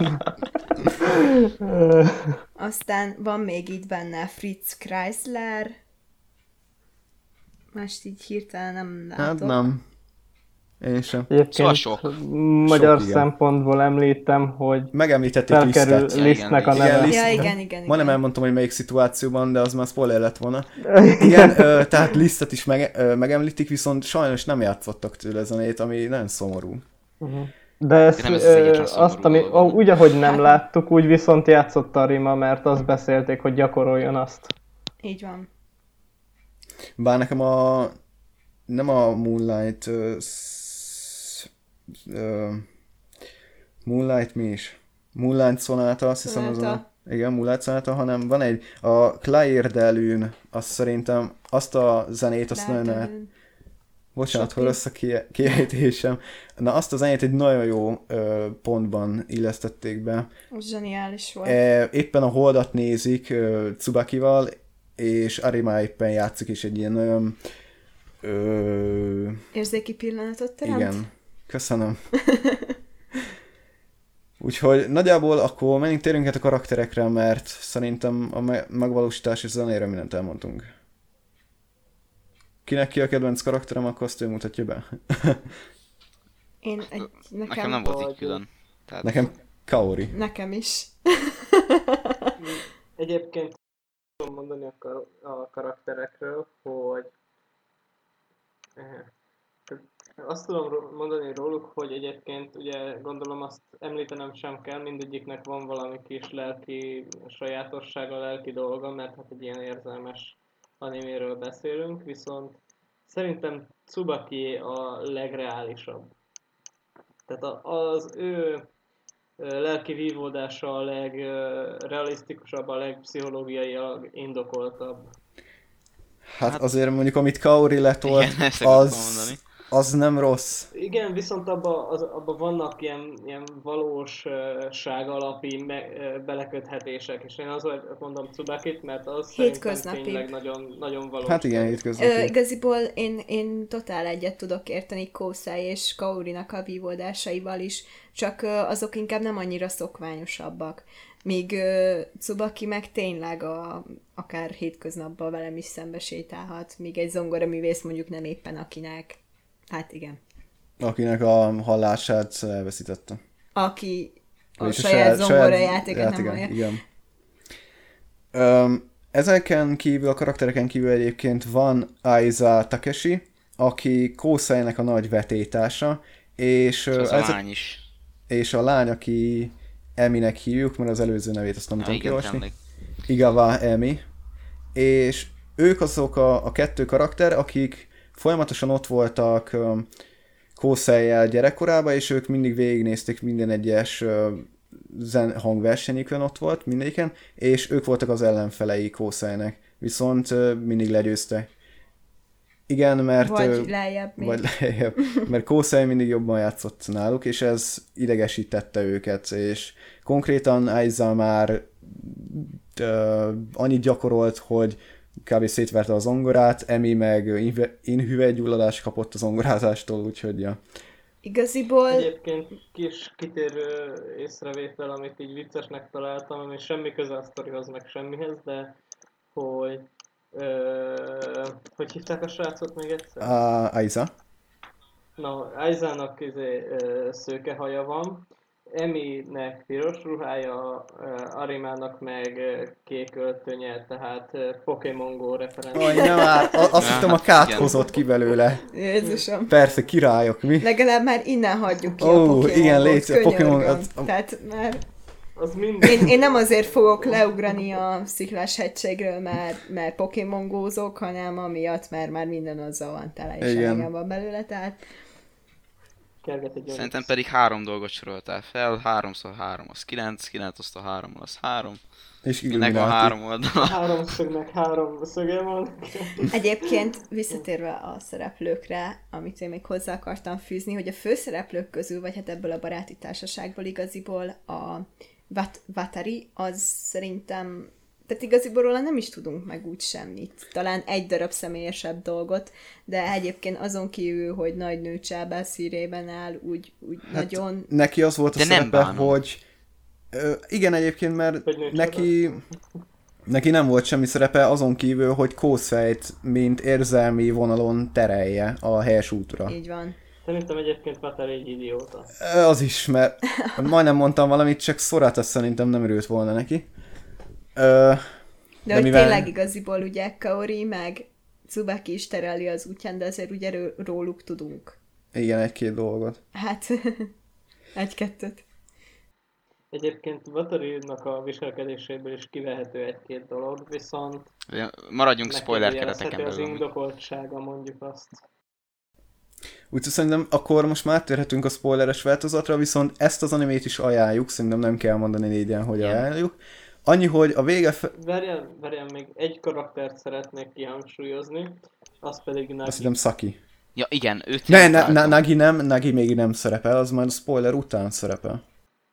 Aztán van még itt benne Fritz Kreisler. Most így hirtelen nem látok. Hát nem. Én sem. Egyébként Szóval sok. magyar Sok, igen. szempontból említem, hogy Megemlítették felkerül Lisztet. Lisztnek a Igen, neve. Liszt. Ja, igen. Ma nem elmondtam, hogy melyik szituációban, de az már spoiler lett volna. Igen, tehát Lisztet is megemlítik, viszont sajnos nem játszottak tőle zenét, ami nagyon szomorú. De ezt, Nem ez az egyetlen szomorú azt, ami, dolog. úgy, ahogy nem láttuk, úgy viszont játszott a Rima, mert azt beszélték, hogy gyakoroljon azt. Így van. Bár nekem nem a Moonlight Moonlight mi is? Moonlight Sonata, azt hiszem az Sonata. igen, Moonlight Sonata, hanem van a Clair de Lune, azt szerintem azt a zenét, azt nagyon bocsánat, Chopin. hogy rossz a kiejtésem. Na, azt a zenét egy nagyon jó pontban illesztették be. Az zseniális volt. Éppen a Holdat nézik Tsubakival, és Arima éppen játszik, és egy ilyen nagyon... Érzéki pillanatot teremt? Igen, köszönöm. Úgyhogy nagyjából akkor menjünk térjünk át a karakterekre, mert szerintem a megvalósítás és zenére mindent elmondtunk. Kinek ki a kedvenc karakterem, akkor azt ő mutatja be. Nekem nem volt így külön. Tehát... Nekem Kaori. Nekem is. Egyébként tudom mondani a karakterekről, hogy azt tudom mondani róluk, hogy egyébként ugye gondolom azt említenem sem kell, mindegyiknek van valami kis lelki sajátossága, lelki dolga, mert hát egy ilyen érzelmes animéről beszélünk, viszont Szerintem Tsubaki a legreálisabb. Tehát az ő lelki vívódása a legrealisztikusabb, a legpszichológiailag indokoltabb. Hát azért mondjuk, amit Kaori letolt, Igen, ezt akartam mondani. az nem rossz. Igen, viszont abban vannak ilyen valóság alapi beleköthetések, és én azért mondom Tsubakit, mert az szerintem Hétköznapi. tényleg nagyon, nagyon valós. Hát igen, hétköznapi. Igaziból én totál egyet tudok érteni Kōsei és Kaorinak a vívódásaival is, csak azok inkább nem annyira szokványosabbak. Míg Tsubaki meg tényleg akár hétköznapban velem is szembe sétálhat, míg egy zongoraművész mondjuk nem éppen akinek, hát igen. Akinek a hallását elveszítette. Aki a Vagyis saját zongorajátékot nem hallja. Igen. Ezeken kívül, a karaktereken kívül egyébként van Aiza Takeshi, aki Kōsei-nek a nagy vetétársa, és Az a lány is. és a lány, aki Eminek hívjuk, mert az előző nevét azt nem tudom Igen, kiolvasni. tényleg. Igawa Emi. És ők azok a kettő karakter, akik folyamatosan ott voltak Kōsei-jel gyerekkorában, és ők mindig végignézték minden egyes hangversenyükön ott volt, mindegyiken, és ők voltak az ellenfelei Kōsei-nek. Viszont mindig legyőztek. Igen, mert... Vagy lejjebb még. Vagy lejjebb. Mert Kōsei mindig jobban játszott náluk, és ez idegesítette őket, és konkrétan Aiza már annyit gyakorolt, hogy kb. Szétverte a zongorát, Emi meg inhüvelygyulladást kapott a zongorázástól, úgyhogy ja. Igaziból... Egyébként kis kitérő észrevétel, amit így viccesnek találtam, ami semmi köze a sztorihoz, meg semmihez, de hogy hívták a srácot még egyszer? Aiza. Na, Aizának szőke haja van, Eminek piros ruhája, Arimának meg kék öltönye, tehát Pokémon Go referencia. Aj, nem már, azt hittem a kát hozott ki belőle. Jézusom. Persze, királyok, mi? Legalább már innen hagyjuk ki Ó, a Pokémon igen, Go-t, légy, a Pokémon- könyörgöm. Tehát már... Az minden. Én nem azért fogok leugrani a Sziklás hegységről, mert Pokémon Go-zok, hanem amiatt, mert már minden azzal van tele, és Igen. engem van belőle, tehát... Kerget egy Szerintem pedig 3 dolgot soroltál fel, 3x3 az 9, 9 osztva 3 az 3. És Ennek van Illuminati. 3 oldala. 3 szögnek 3 szöge van. Egyébként visszatérve a szereplőkre, amit én még hozzá akartam fűzni, hogy a főszereplők közül, vagy hát ebből a baráti társaságból igaziból a Watari, az szerintem, tehát igaziból róla nem is tudunk meg úgy semmit. Talán egy darab személyesebb dolgot, de egyébként azon kívül, hogy nagy nő csábász szírében áll, úgy hát nagyon... Neki az volt a De nem szerepe, bánom. hogy... igen, egyébként, mert Hogy nő neki nem volt semmi szerepe azon kívül, hogy Kōsei-t, mint érzelmi vonalon terelje a helyes útra. Így van. Szerintem egyébként Vatar egy idióta. Az is, mert majdnem mondtam valamit, csak Sorata szerintem nem örült volna neki. De hogy tényleg igaziból ugye Kaori meg Tsubaki is tereli az útján, de azért ugye róluk tudunk. Igen, egy-két dolgot. Hát, egy-kettőt. Egyébként Vatarinak a viselkedéséből is kivehető egy-két dolog, viszont Maradjunk spoiler kereteken megkérdőjelezhető az belül. indokoltsága, mondjuk azt. Úgyhogy szerintem akkor most már térhetünk a spoileres változatra, viszont ezt az animét is ajánljuk, szerintem nem kell mondani négyen, hogy Igen. ajánljuk. Annyi, hogy a vége... Várjál, még egy karaktert szeretnék kihangsúlyozni, az pedig Nagi. Azt hiszem Saki. Ja igen, őt Nagi nem, Nagi még nem szerepel, az már a spoiler után szerepel.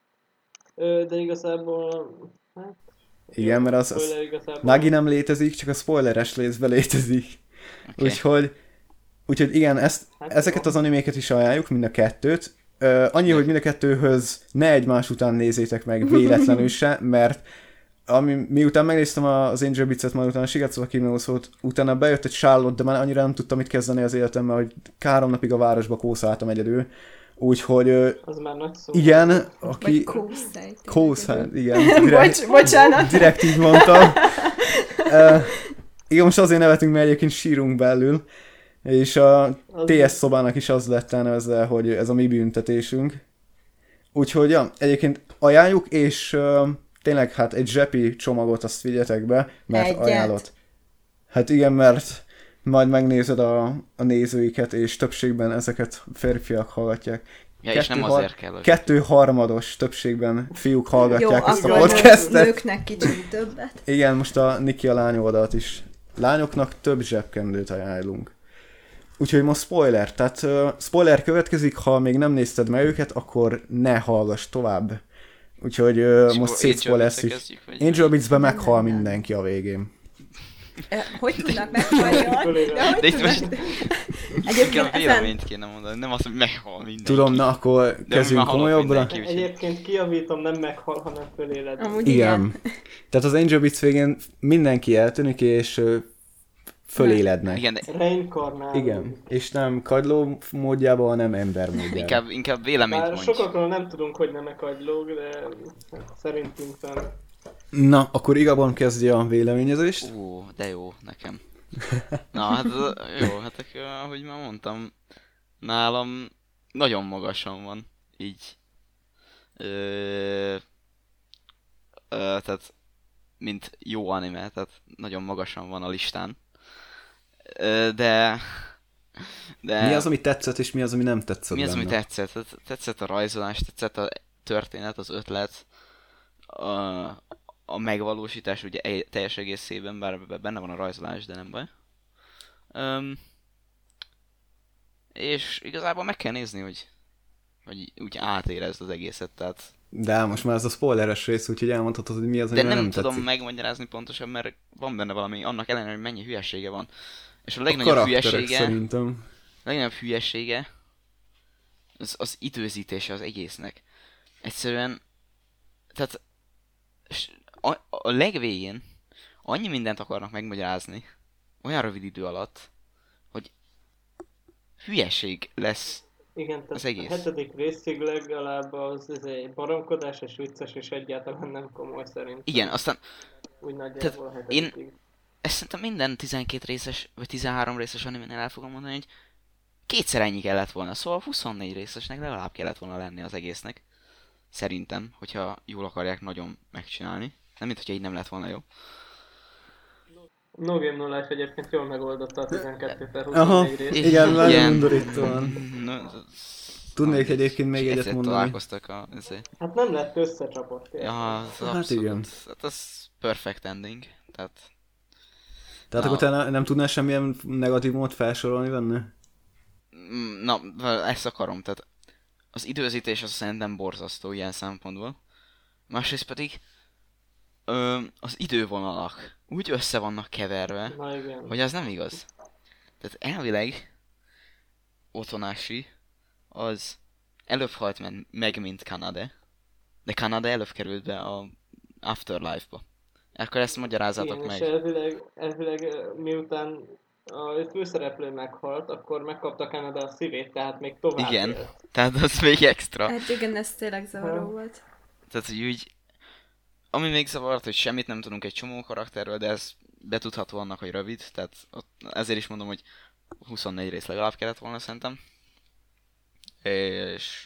De igazából... Hát, Igen, mert az spoiler igazából... Nagi nem létezik, csak a spoileres részben létezik. Okay. Úgyhogy igen, Hát ezeket jó. az animéket is ajánljuk, mind a kettőt. Annyi, hogy mind a kettőhöz ne egymás után nézzétek meg véletlenül se, mert miután megnéztem az Angel Beats-et, majd utána a Shigatsu wa Kimi no Uso-t, utána bejött egy Charlotte, de már annyira nem tudtam mit kezdeni az életemmel, hogy 3 napig a városba kószáltam egyedül. Úgyhogy Az már nagy szó. igen, aki... Vagy Kōsei. Kószál, igen. Bocsánat. Direkt így mondtam. Igen, most azért nevetünk, mert egyébként sírunk belül. És a TS szobának is az lett elnevezve, hogy ez a mi büntetésünk. Úgyhogy, ja, egyébként ajánljuk, és tényleg hát egy zsepi csomagot azt vigyetek be, mert Egyet. ajánlott. Hát igen, mert majd megnézed a nézőiket, és többségben ezeket férfiak hallgatják. Ja, és nem azért kell. Hogy... 2/3 többségben fiúk hallgatják Jó, ezt a akkor podcastet. nőknek kicsit többet. Igen, most a Niki a lány oldalt is. Lányoknak több zsebkendőt ajánlunk. Úgyhogy most spoiler, tehát spoiler következik, ha még nem nézted meg őket, akkor ne hallgass tovább. Úgyhogy most szétspoilerszük. Angel Beats-be meghal mindenki a végén. Hogy tudnak meghalni? De itt most Egyébként inkább véleményt kéne mondani, nem az, hogy meghal mindenki. Tudom, na akkor kezdjünk komolyabbra. Egyébként kijavítom, nem meghal, hanem föléled. Amúgy Igen. Tehát az Angel Beats végén mindenki eltűnik, és fölélednek. Igen, de Reinkarnál. Igen, és nem kagyló módjában, hanem ember módjában. inkább véleményt Bár mondj. sokakról nem tudunk, hogy nem kagylók, de szerintünk nem. Na, akkor Igabon kezdje a véleményezést. De jó, nekem. Na, hát jó, hát ahogy már mondtam, nálam nagyon magasan van, így. Tehát, mint jó anime, tehát nagyon magasan van a listán. De... Mi az, ami tetszett, és mi az, ami nem tetszett Mi az, benne? ami tetszett? Tetszett a rajzolás, tetszett a történet, az ötlet, a megvalósítás ugye teljes egészében, bár benne van a rajzolás, de nem baj. És igazából meg kell nézni, hogy úgy átérezd az egészet, tehát... De most már ez a spoileres rész, úgyhogy elmondhatod, hogy mi az, ami De nem tetszik. tudom megmagyarázni pontosan, mert van benne valami, annak ellenére, hogy mennyi hülyesége van. És a A legnagyobb karakterek hülyesége... szerintem. A legnagyobb hülyesége az időzítése az egésznek. Egyszerűen, tehát a legvégén annyi mindent akarnak megmagyarázni olyan rövid idő alatt, hogy hülyeség lesz Igen, az tehát egész. a 7. részig legalább az egy baromkodás és vicces és egyáltalán nem komoly szerintem. Igen, aztán Úgy nagyjából a 7. ezt szerintem minden 12 részes, vagy 13 részes animénél el fogom mondani, hogy kétszer ennyi kellett volna, szóval 24 részesnek legalább kellett volna lenni az egésznek. Szerintem, hogyha jól akarják nagyon megcsinálni. Nem, mint hogyha így nem lett volna jó. No Game No Life egyébként jól megoldotta a 12/24 Aha, részt. igen, nagyon undorítóan. Tudnék Majd egyébként még egyet egyszer mondani. találkoztak a... Ezért. Hát nem lett összecsapott. Ja, az Hát abszolút. igen. Hát az perfect ending. Tehát... Tehát Na. akkor te nem tudnál semmilyen negatívumot felsorolni benne? Na, ezt akarom, tehát az időzítés az szerintem borzasztó ilyen szempontból. Másrészt pedig az idővonalak úgy össze vannak keverve, Na igen. hogy az nem igaz. Tehát elvileg Otonashi az előbb halt meg, mint Kanade, de Kanade előbb került be a Afterlife-ba. Akkor ezt magyarázzátok Igen, meg. és elvileg miután a főszereplő meghalt, akkor megkapta Kanada a szívét, tehát még tovább Igen, élt. tehát az még extra. Hát igen, ez tényleg zavaró volt. Tehát, hogy úgy... Ami még zavart, hogy semmit nem tudunk egy csomó karakterről, de ez betudható annak, hogy rövid, tehát ezért is mondom, hogy 24 rész legalább kellett volna szerintem. És...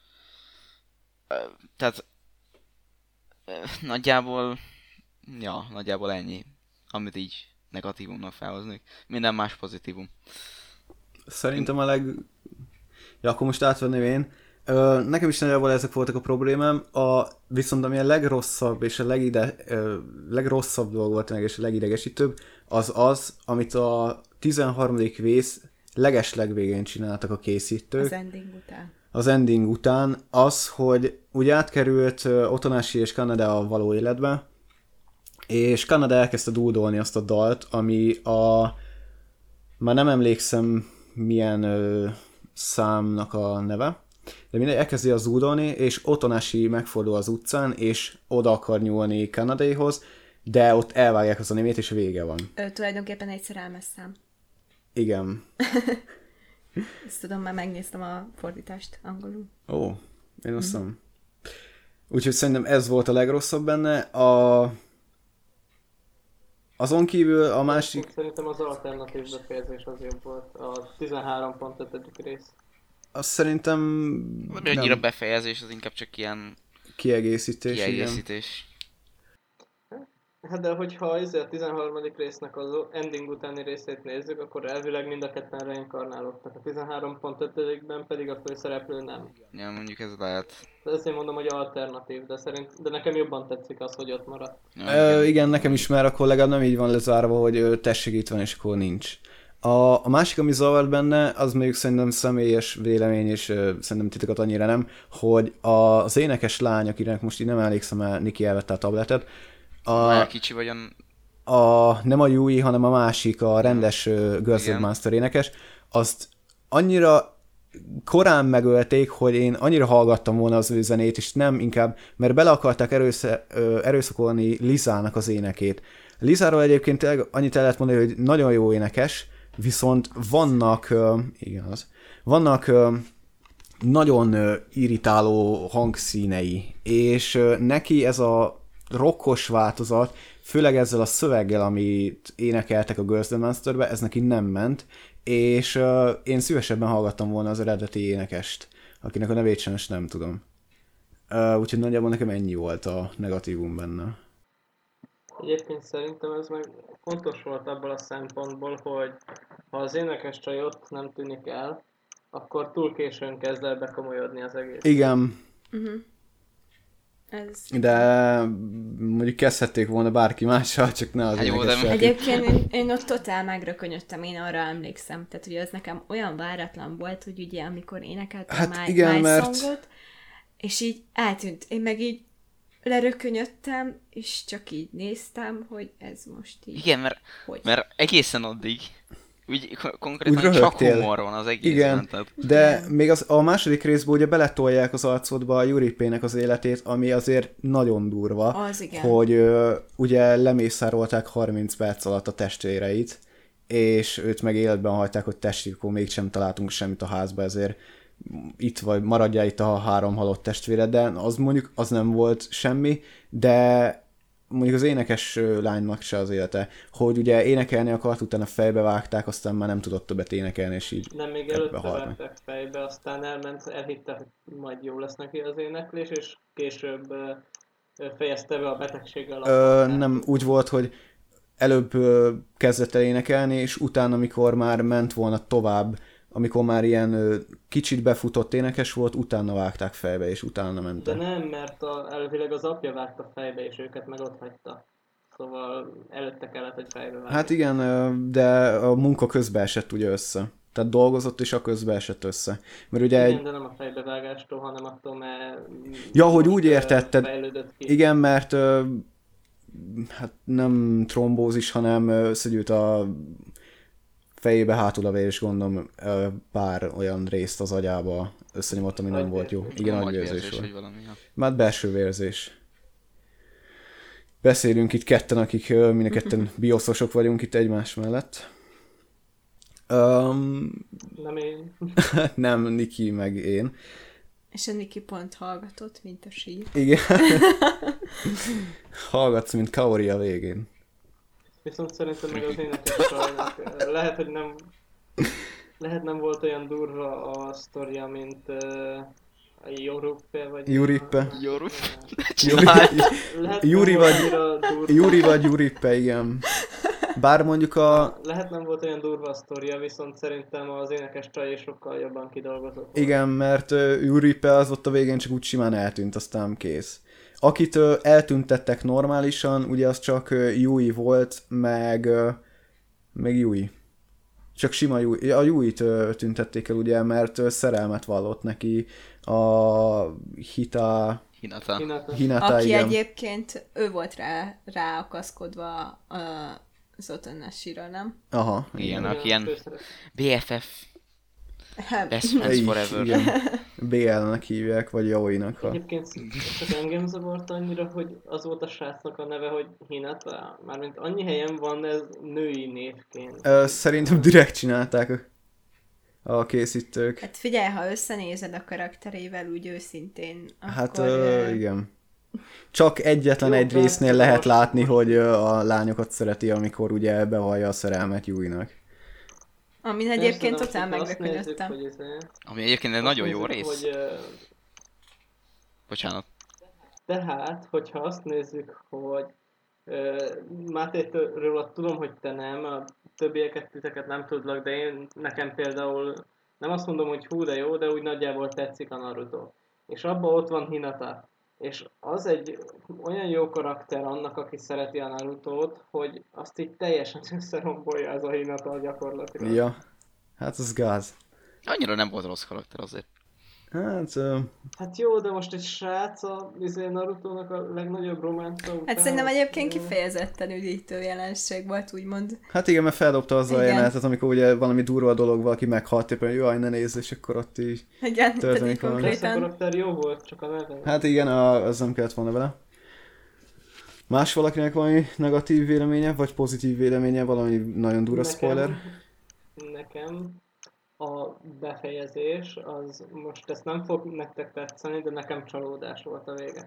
Tehát... Nagyjából... Ja, nagyjából ennyi. Amit így negatívumnak felhoznék. Minden más pozitívum. Szerintem a Ja, akkor most átvenném én. Nekem is nagyjából ezek voltak a problémám. Viszont ami a legrosszabb és a legrosszabb dolog volt meg és a legidegesítőbb, az, amit a 13. rész legeslegvégén csináltak a készítők. Az ending után. Az ending után az, hogy úgy átkerült Otonashi és Kaneda a való életbe, és Kaneda elkezdte dúdolni azt a dalt, ami már nem emlékszem milyen számnak a neve, de mindegy, elkezdi az dúdolni, és Otonashi megfordul az utcán, és oda akar nyúlni Kanedéhoz, de ott elvágják az animét, és vége van. Tulajdonképpen egyszer elmesszem. Igen. Ezt tudom, már megnéztem a fordítást angolul. Ó, én azt nem. Úgyhogy szerintem ez volt a legrosszabb benne. Azon kívül a másik... Szerintem az alternatív befejezés az jobb volt. A 13.5. rész. Azt szerintem... Vagy annyira befejezés, az inkább csak ilyen Kiegészítés, igen. kiegészítés. Hát de hogyha a 13. résznek az ending utáni részét nézzük, akkor elvileg mind a ketten reinkarnálódtak. A 13.5-ben pedig a főszereplő nem. Ja, mondjuk ez lehet. De ezért mondom, hogy alternatív, de nekem jobban tetszik az, hogy ott maradt. Ja, Igen, nekem is már akkor legalább nem így van lezárva, hogy tessék itt van, és akkor nincs. A másik, ami zavart benne, az mondjuk szerintem személyes vélemény, és szerintem titeket annyira nem, hogy az énekes lány, akinek most így nem emlékszem, mert Niki elvette a tabletet, Már kicsi vagyon. nem a Yui, hanem a másik, a rendes Girls Igen. Master énekes, azt annyira korán megölték, hogy én annyira hallgattam volna az ő zenét, és nem inkább, mert bele akarták erőszakolni Lizának az énekét. Lizáról egyébként annyit el lehet mondani, hogy nagyon jó énekes, viszont vannak nagyon irritáló hangszínei, és neki ez a rockos változat, főleg ezzel a szöveggel, amit énekeltek a Girls' Masterbe, ez neki nem ment, és én szívesebben hallgattam volna az eredeti énekest, akinek a nevét sem nem tudom. Úgyhogy nagyjából nekem ennyi volt a negatívum benne. Egyébként szerintem ez meg fontos volt abból a szempontból, hogy ha az énekes csaj ott nem tűnik el, akkor túl későn kezd el bekomolyodni az egész. Igen, Ez... de mondjuk kezdhették volna bárki mással, csak ne az Hát jó, de énekessel. Egyébként én ott totál megrökönyödtem, én arra emlékszem. Tehát ugye az nekem olyan váratlan volt, hogy ugye amikor énekeltem Hát My, igen, My mert- Songot, és így eltűnt. Én meg így lerökönyödtem, és csak így néztem, hogy ez most így... Igen, Hogy? mert egészen addig úgy konkrétan Úgy csak röhögtél. humor van az egészben. Igen, Tehát, de még a második részből ugye beletolják az arcodba a Yuripének az életét, ami azért nagyon durva, Az igen. hogy ugye lemészárolták 30 perc alatt a testvéreit, és őt meg életben hagyták, hogy testvérek, akkor mégsem találtunk semmit a házba, ezért itt vagy, maradjál itt a 3 halott testvéred, de az mondjuk az nem volt semmi, de mondjuk az énekes lánynak se az élete, hogy ugye énekelni akart, utána fejbe vágták, aztán már nem tudott többet énekelni, és így Nem, még ebbe előtte halt meg. vertek fejbe, aztán elhitte, hogy majd jó lesz neki az éneklés, és később fejezte be a betegséggel. Nem, úgy volt, hogy előbb kezdett el énekelni, és utána, amikor már ment volna tovább, amikor már ilyen kicsit befutott énekes volt, utána vágták fejbe, és utána ment De el. nem, mert elvileg az apja vágta fejbe, és őket meg ott hagyta. Szóval előtte kellett, hogy fejbe vágja. Hát igen, de a munka közben esett ugye össze. Tehát dolgozott, és a közben esett össze. Mert ugye Igen, de nem a fejbevágástól, hanem attól, mert... Ja, hogy most, úgy értetted. fejlődött ki. Igen, mert hát nem trombózis, hanem összegyűlt a fejébe hátul a vér, és gondolom pár olyan részt az agyába összenyomott, ami nem volt jó. Igen, agyvérzés volt. vagy valami. Ja. Már belső vérzés. Beszélünk itt ketten, akik mind a ketten bioszosok vagyunk itt egymás mellett. Nem én. Nem, Niki meg én. És a Niki pont hallgatott, mint a sír. Igen. Hallgatsz, mint Kaori a végén. Viszont szerintem meg az énekes csajnak lehet nem volt olyan durva a sztoria, mint a Joruppe, vagy... Jurippe. Joru. Juri vagy Jurippe, igen. Bár mondjuk Lehet nem volt olyan durva a sztoria, viszont szerintem az énekes csaj is sokkal jobban kidolgozott. Igen, mert Jurippe az ott a végén csak úgy simán eltűnt, aztán kész. Akit eltüntettek normálisan, ugye az csak Yui volt, meg Yui. Csak sima Yui. A Yuit tüntették el, ugye, mert szerelmet vallott neki a Hinata. Hinata, Aki igen. egyébként, ő volt ráakaszkodva az Otonashira, nem? Aha. Igen, aki ilyen BFF. Hát, Best Friends Forever. Igen. BL-nek hívják, vagy Yaoi-nak. Egyébként csak engem zavart annyira, hogy az volt a srácnak a neve, hogy Hinata. Mármint annyi helyen van ez női névként. Szerintem direkt csinálták a készítők. Hát figyelj, ha összenézed a karakterével úgy őszintén, Hát akkor... igen. Csak egyetlen Jó, egy de résznél lehet most- látni, hogy a lányokat szereti, amikor ugye bevallja a szerelmet Yui-nak. Amin Persze, egyébként de totál hogyha azt nézzük, megrökönyödtem. hogy Ami egyébként egy nagyon jó azt rész. nézzük, hogy, Bocsánat. de hát, hogyha azt nézzük, hogy Mátétől tudom, hogy te nem, a többieket titeket nem tudlak, de nekem például nem azt mondom, hogy hú de jó, de úgy nagyjából tetszik a Naruto. És abban ott van Hinata. És az egy olyan jó karakter annak, aki szereti a Narutót, hogy azt így teljesen összerombolja ez a Hinata gyakorlatilag. Ja, hát az gáz. Annyira nem volt rossz karakter azért. Hát, Hát jó, de most egy srác a Narutónak a legnagyobb románca után. Hát szerintem egyébként kifejezetten üdítő jelenség volt, úgymond. hát igen, mert feldobta azzal a Igen. jelenetet, amikor ugye valami durva dolog, valaki meghalt, éppen jaj, ne nézz, és akkor ott így... Igen, Történik pedig valami. Ez a konkrétan. karakter jó volt, csak a neve. Hát igen, az nem kellett volna vele. Más valakinek valami negatív véleménye, vagy pozitív véleménye, valami nagyon durva spoiler? Nekem a befejezés, az most ezt nem fog nektek tetszeni, de nekem csalódás volt a vége.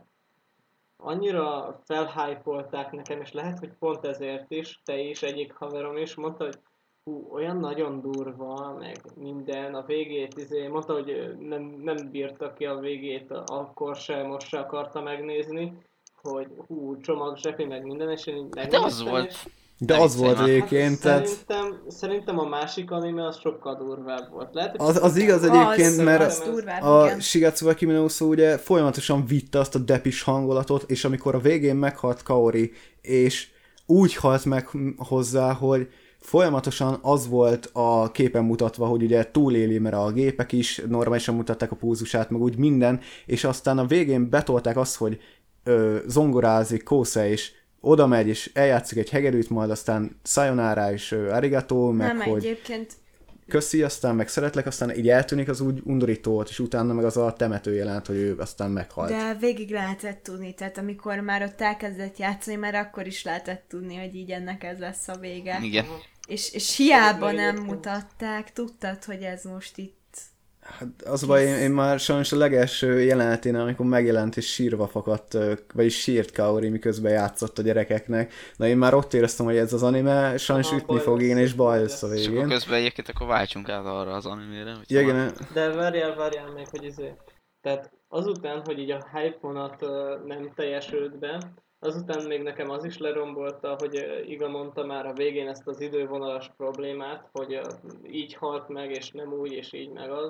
Annyira felhypolták nekem, és lehet, hogy pont ezért is, te is, egyik haverom is mondta, hogy hú, olyan nagyon durva, meg minden, a végét, mondta, hogy nem bírta ki a végét, akkor se, most se akarta megnézni, hogy hú, csomag zsepi, meg minden, és én így De az megnéztem, volt. és De Nem az hiszem, volt hát egyébként, tehát Szerintem a másik anime az sokkal durvább volt. Lehet, hogy az igaz egyébként, Az mert durvább, a igen. Shigatsu wa Kimi no Uso ugye folyamatosan vitte azt a depis hangulatot, és amikor a végén meghalt Kaori, és úgy halt meg hozzá, hogy folyamatosan az volt a képen mutatva, hogy ugye túléli, mert a gépek is normálisan mutatták a pulzusát, meg úgy minden, és aztán a végén betolták azt, hogy zongorázik Kosei, és oda megy, és eljátszik egy hegedűt, majd aztán sayonara, és arigato, meg Nem, hogy egyébként köszi, aztán meg szeretlek, aztán így eltűnik, az úgy undorító volt, és utána meg az a temető jelent, hogy ő aztán meghalt. de végig lehetett tudni, tehát amikor már ott elkezdett játszani, már akkor is lehetett tudni, hogy így ennek ez lesz a vége. Igen. És hiába Meg nem egyébként- mutatták, tudtad, hogy ez most itt... Hát az a baj, én már sajnos a legelső jeleneténél, amikor megjelent és sírva fakadt, vagyis sírt Kaori, miközben játszott a gyerekeknek. Na én már ott éreztem, hogy ez az anime sajnos Aha, ütni baj fog lesz, én, és baj baj lesz a lesz. És akkor végén. közben egyébként akkor váltsunk át arra az animére. hogy Ja, szóval- igen, De várjál még, hogy Tehát azután, hogy így a hype vonat nem teljesült be, azután még nekem az is lerombolta, hogy Iga mondta már a végén ezt az idővonalas problémát, hogy így halt meg, és nem úgy, és így meg az.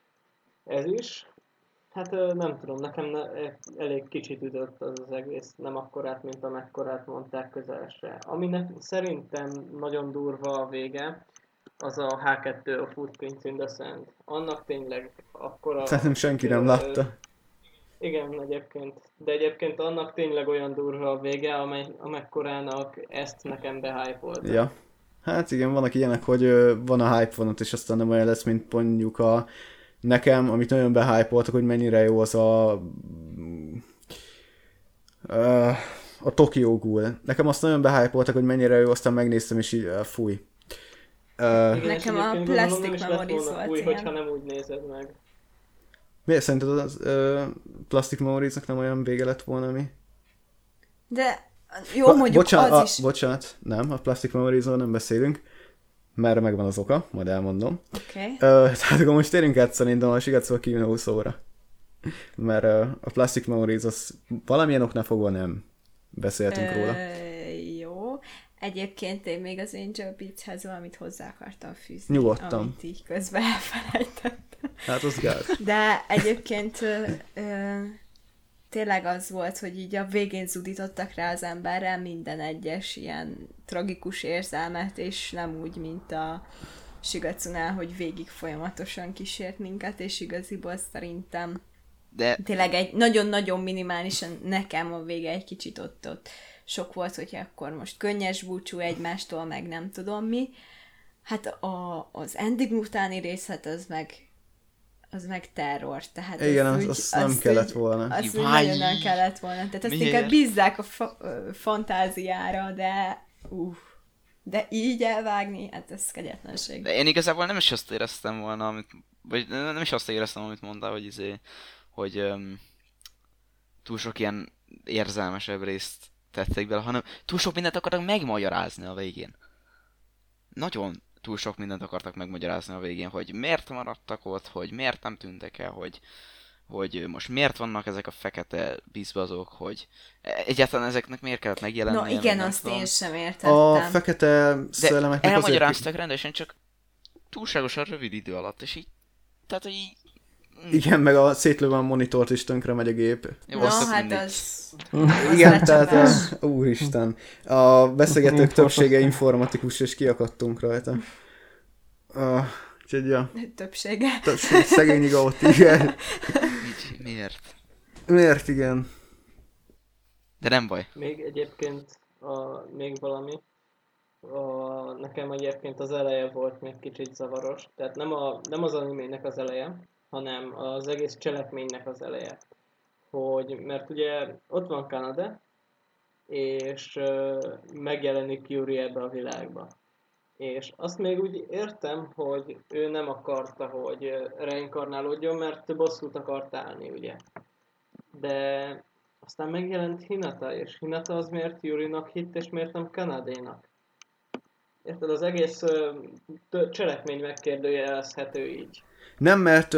Ez is. Hát nem tudom, nekem elég kicsit ütött az egész, nem akkorát, mint amekkorát mondták közel se. Aminek szerintem nagyon durva a vége, az a H2, a Footprints in the Sand. Annak tényleg akkora... szerintem senki nem látta. Igen, egyébként. De egyébként annak tényleg olyan durva a vége, amekkorának ezt nekem behypolta. Ja. Hát igen, vannak ilyenek, hogy van a hype vonat, és aztán nem olyan lesz, mint mondjuk nekem, amit nagyon behypoltak, hogy mennyire jó az a Tokyo Ghoul. Nekem azt nagyon behypoltak, hogy mennyire jó, aztán megnéztem, és így fúj. Igen, és Nekem a egyébként Plastic gondolom, nem is lett Memories volna volt új, ilyen. hogyha nem úgy nézed meg. Miért szerinted az Plastic Memories-nak nem olyan vége lett volna, mi? De jó, mondjuk az is... Bocsánat, nem, a Plastic Memories-ról nem beszélünk, mert megvan az oka, majd elmondom. Oké. Tehát akkor most térjünk át szerintem a Shigatsu wa Kimi no Uso-ra. Mert a Plastic Memories az valamilyen oknál fogva nem beszéltünk róla. Jó. Egyébként én még az Angel Beats-hez valamit hozzá akartam fűzni. Nyugodtan. Amit így közben elfelejtettem. Hát az gáz. De egyébként tényleg az volt, hogy így a végén zudítottak rá az emberre minden egyes ilyen tragikus érzelmet, és nem úgy, mint a Shigatsunál, hogy végig folyamatosan kísért minket, és igaziból szerintem De tényleg egy nagyon-nagyon minimálisan nekem a vége egy kicsit ott sok volt, hogy akkor most könnyes búcsú egymástól, meg nem tudom mi. Hát az ending utáni részlet az meg terror. Tehát Igen, az azt nem kellett volna. Azt úgy Vaj! nagyon nem kellett volna. Tehát azt Miért? inkább bízzák a fantáziára, de de így elvágni, hát ez kegyetlenség. De én igazából nem is azt éreztem volna, vagy nem is azt éreztem, amit mondtál, hogy túl sok ilyen érzelmesebb részt tettek bele, hanem túl sok mindent akartak megmagyarázni a végén. Nagyon túl sok mindent akartak megmagyarázni a végén, hogy miért maradtak ott, hogy miért nem tűntek el, hogy hogy most miért vannak ezek a fekete bizbazok, hogy egyáltalán ezeknek miért kellett megjelenni. No igen, azt én sem értettem. A fekete de szellemeknek elmagyaráztak rendesen, csak túlságosan rövid idő alatt, és így, tehát, hogy így... Igen, meg a szétlőve a monitort is tönkre megy a gép. Jó, No, azt hát mindig. az... Igen, tehát lecsapás. úristen. A beszélgetők többsége informatikus, és kiakadtunk rajta. Úgyhogy ja, Többsége. szegény Igaot, igen. Így, miért? Miért, igen. De nem baj. Még egyébként még valami. Nekem egyébként az eleje volt még kicsit zavaros. Tehát nem az animének az eleje, hanem az egész cselekménynek az eleje. Mert ugye ott van Kanade, és megjelenik Yuri ebbe a világba. És azt még úgy értem, hogy ő nem akarta, hogy reinkarnálódjon, mert bosszút akart állni, ugye. De aztán megjelent Hinata, és Hinata az miért Yurinak hitt, és miért nem Kanadénak? Érted, az egész cselekmény megkérdőjelezhető így. Nem, mert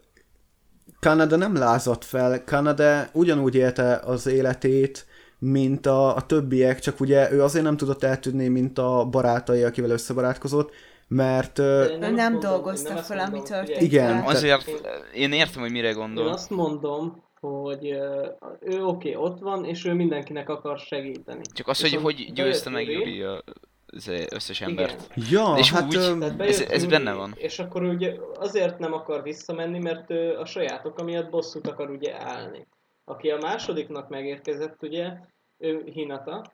Kanada nem lázadt fel. Kanada ugyanúgy élte az életét, mint a többiek, csak ugye ő azért nem tudott eltűnni, mint a barátai, akivel összebarátkozott, mert... Ő nem dolgozta fel, ami történt. Igen. vele. Azért én értem, hogy mire Én gondol. azt mondom, hogy ő oké, ott van, és ő mindenkinek akar segíteni. Csak az, Viszont hogy győzte meg bejött Yuri az összes embert. Ja, És hát... úgy, Tehát bejött ez Yuri, benne van. És akkor ugye azért nem akar visszamenni, mert ő a saját oka miatt bosszút akar ugye állni. Aki a másodiknak megérkezett, ugye, ő Hinata,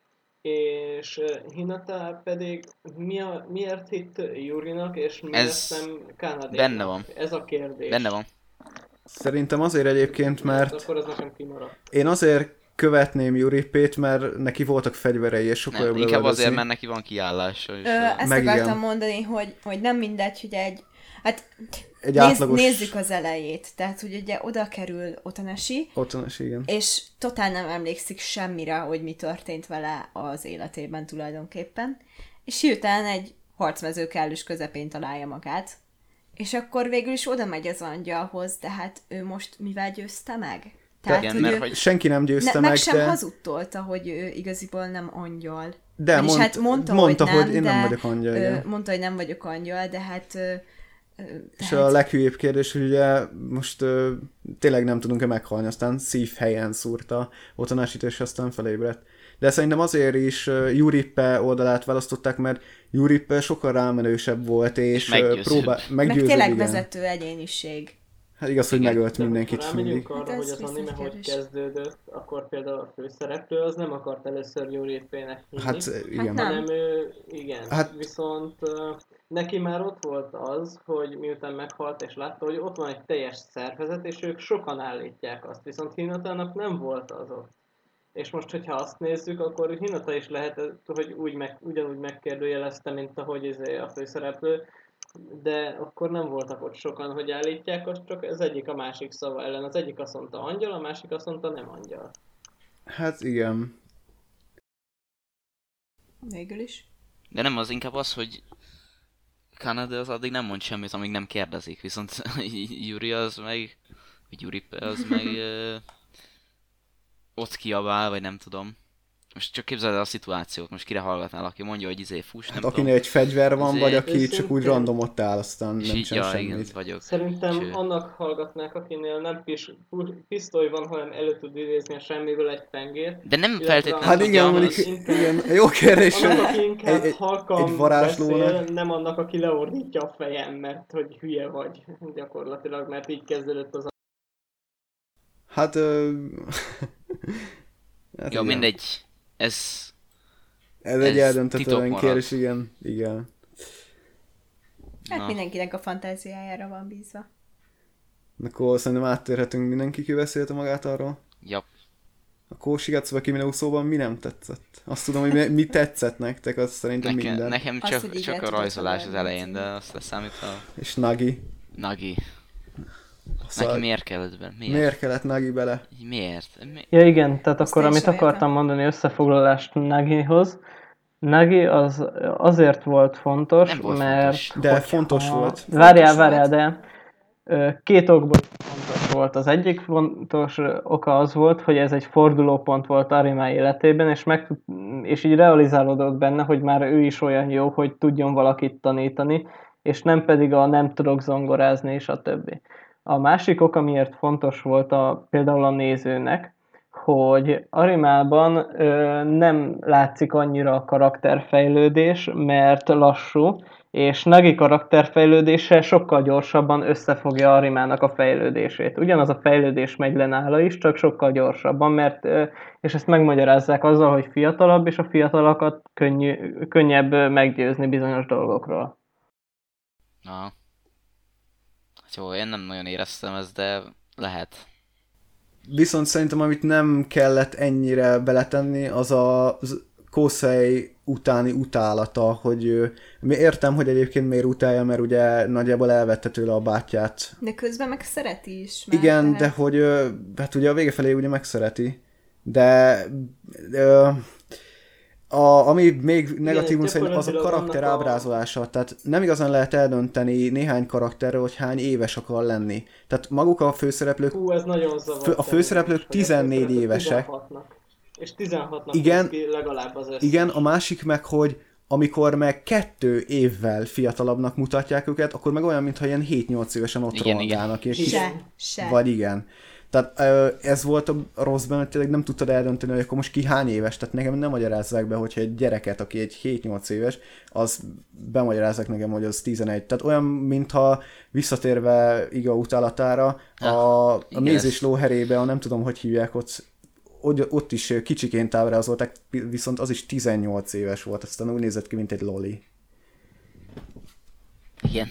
és Hinata pedig miért hitt Yurinak, és miért Ez nem Kanadénak? benne van. Ez a kérdés. Benne van. Szerintem azért egyébként, mert Akkor az nekem kimaradt. én azért követném Yuripét, mert neki voltak fegyverei, és sokkal Nem, jobb inkább lövöldözni. azért, mert neki van kiállása. És, Ezt Meg akartam igen. mondani, hogy nem mindegy, hogy hát Egy átlagos... nézzük az elejét. Tehát, hogy ugye oda kerül Otonashi, Otthonos, igen. és totál nem emlékszik semmire, hogy mi történt vele az életében tulajdonképpen. És hirtelen egy harcmező kellős közepén találja magát. És akkor végül is oda megy az angyalhoz, de hát ő most mivel győzte meg? Tehát, igen, hogy mert ő hogy Senki nem győzte meg meg, sem de... hazudtolta, hogy ő igaziból nem angyal. De Vagyis hát mondta, hogy én nem de, vagyok angyal, igen. mondta, hogy nem vagyok angyal, de hát... És a leghülyébb kérdés, hogy ugye most tényleg nem tudunk-e meghalni, aztán szívhelyen szúrta Otonasit, és aztán felébredt. De szerintem azért is Yurippe oldalát választották, mert Yurippe sokkal rámenősebb volt, és meggyőzőbb. meg meggyőzőbb, tényleg igen. vezető egyéniség. Hát igaz, hogy Igen. megölt De mindenkit ha mindig. rámegyünk arra, Hát ez hogy az viszont anime hogy kérdés. kezdődött, akkor például a főszereplő az nem akart először Yurippének hinni. Hát igen. nem. Hanem ő, igen, Hát- viszont neki már ott volt az, hogy miután meghalt és látta, hogy ott van egy teljes szervezet, és ők sokan állítják azt, viszont Hinatának nem volt az ott. És most, hogyha azt nézzük, akkor Hinata is lehet, hogy ugyanúgy megkérdőjelezte, mint ahogy a főszereplő, de akkor nem voltak ott sokan, hogy állítják, azt csak az egyik a másik szava ellen. Az egyik azt mondta angyal, a másik azt mondta nem angyal. Hát igen. Végül is. de nem, az inkább az, hogy Kanada az addig nem mond semmit, amíg nem kérdezik, viszont Yuri az meg, vagy Yurippe az meg ott kiabál, vagy nem tudom. Most csak képzeld el a szituációt, most kire hallgatnál, aki mondja, hogy fuss, nem Hát tudom. akinél egy fegyver van, Azért- vagy aki csak úgy Őszintén- random ott áll, aztán És nem így, csinál ja, igen, semmit. vagyok. Szerintem És, annak hallgatnák, akinél nem pisztoly van, hanem elő tud idézni a semmiből egy pengét. De nem Illetve feltétlenül Hát tudja, igen, az- mondjuk, inkább- igen, jó kérdés. Annak, aki inkább egy halkan varázslónak. beszél, nem annak, aki leordítja a fejem, mert hogy hülye vagy gyakorlatilag, mert így kezdődött az Hát... hát Jó, igen. mindegy. Ez egy ez eldöntetlen titok kérdés, igen. Igen. Hát Na. mindenkinek a fantáziájára van bízva. Akkor szerintem áttérhetünk, mindenki kiveszélte magát arról. Jap. A Shigatsu Kimi no Uso-ban mi nem tetszett? Azt tudom, hogy mi tetszett nektek, az szerintem minden. Nekem Azt, csak, hogy így csak el a tudod rajzolás az fogadni. elején, de azt leszámítva És Nagi. Nagi. Szóval Neki miért kellett be? miért kellett Nagi bele? Miért? Ja igen, tehát Azt akkor én amit sem akartam értem. mondani összefoglalást Nagihoz. Nagi az azért volt fontos, Nem volt mert... fontos. De fontos volt. Várjál, Fontos volt. de két okból fontos. fontos volt. Az egyik fontos oka az volt, hogy ez egy fordulópont volt Arima életében, és így realizálódott benne, hogy már ő is olyan jó, hogy tudjon valakit tanítani, és nem pedig a nem tudok zongorázni, és a többi. A másik oka, miért fontos volt például a nézőnek, hogy Arimában nem látszik annyira a karakterfejlődés, mert lassú, és Nagi karakterfejlődése sokkal gyorsabban összefogja Arimának a fejlődését. Ugyanaz a fejlődés megy le nála is, csak sokkal gyorsabban, és ezt megmagyarázzák azzal, hogy fiatalabb, és a fiatalokat könnyebb meggyőzni bizonyos dolgokról. Aha. Jó, én nem nagyon éreztem ezt, de lehet. Viszont szerintem, amit nem kellett ennyire beletenni, az a Kosei utáni utálata, hogy értem, hogy egyébként miért utálja, mert ugye nagyjából elvette tőle a bátyját. De közben meg szereti is. Igen, tehát... de hogy hát ugye a vége felé ugye megszereti, de ami még negatívum szerintem az a karakter ábrázolása, tehát nem igazán lehet eldönteni néhány karakterről, hogy hány éves akar lenni. Tehát maguk a főszereplők, ez nagyon a főszereplők 14 évesek. 16-nak. És 16-nak igen, legalább az összes. Igen, a másik meg, hogy amikor meg 2 évvel fiatalabbnak mutatják őket, akkor meg olyan, mintha ilyen 7-8 évesen ott rohangálnak. Se. Vagy igen. Tehát ez volt a rossz benne, hogy tényleg nem tudtad eldönteni, hogy akkor most ki hány éves. Tehát nekem nem magyarázzák be, hogyha egy gyereket, aki egy 7-8 éves, az bemagyarázzák nekem, hogy az 11. Tehát olyan, mintha visszatérve Iga utálatára, a Mézés lóherébe, a nem tudom, hogy hívják ott is kicsiként ábrázolták, viszont az is 18 éves volt, aztán úgy nézett ki, mint egy loli. Igen.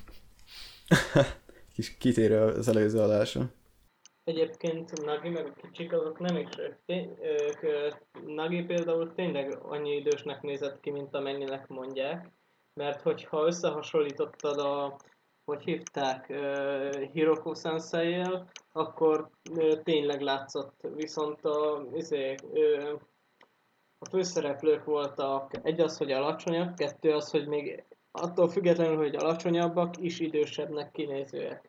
Kis kitérő az előző adásra. Egyébként Nagi meg a kicsik azok nem is Nagi például tényleg annyi idősnek nézett ki, mint amennyinek mondják, mert hogyha összehasonlítottad hogy hívták, Hiroko Sensei-jel, akkor tényleg látszott, viszont a főszereplők voltak, egy az, hogy alacsonyak, 2 az, hogy még attól függetlenül, hogy alacsonyabbak, is idősebbnek kinézőek.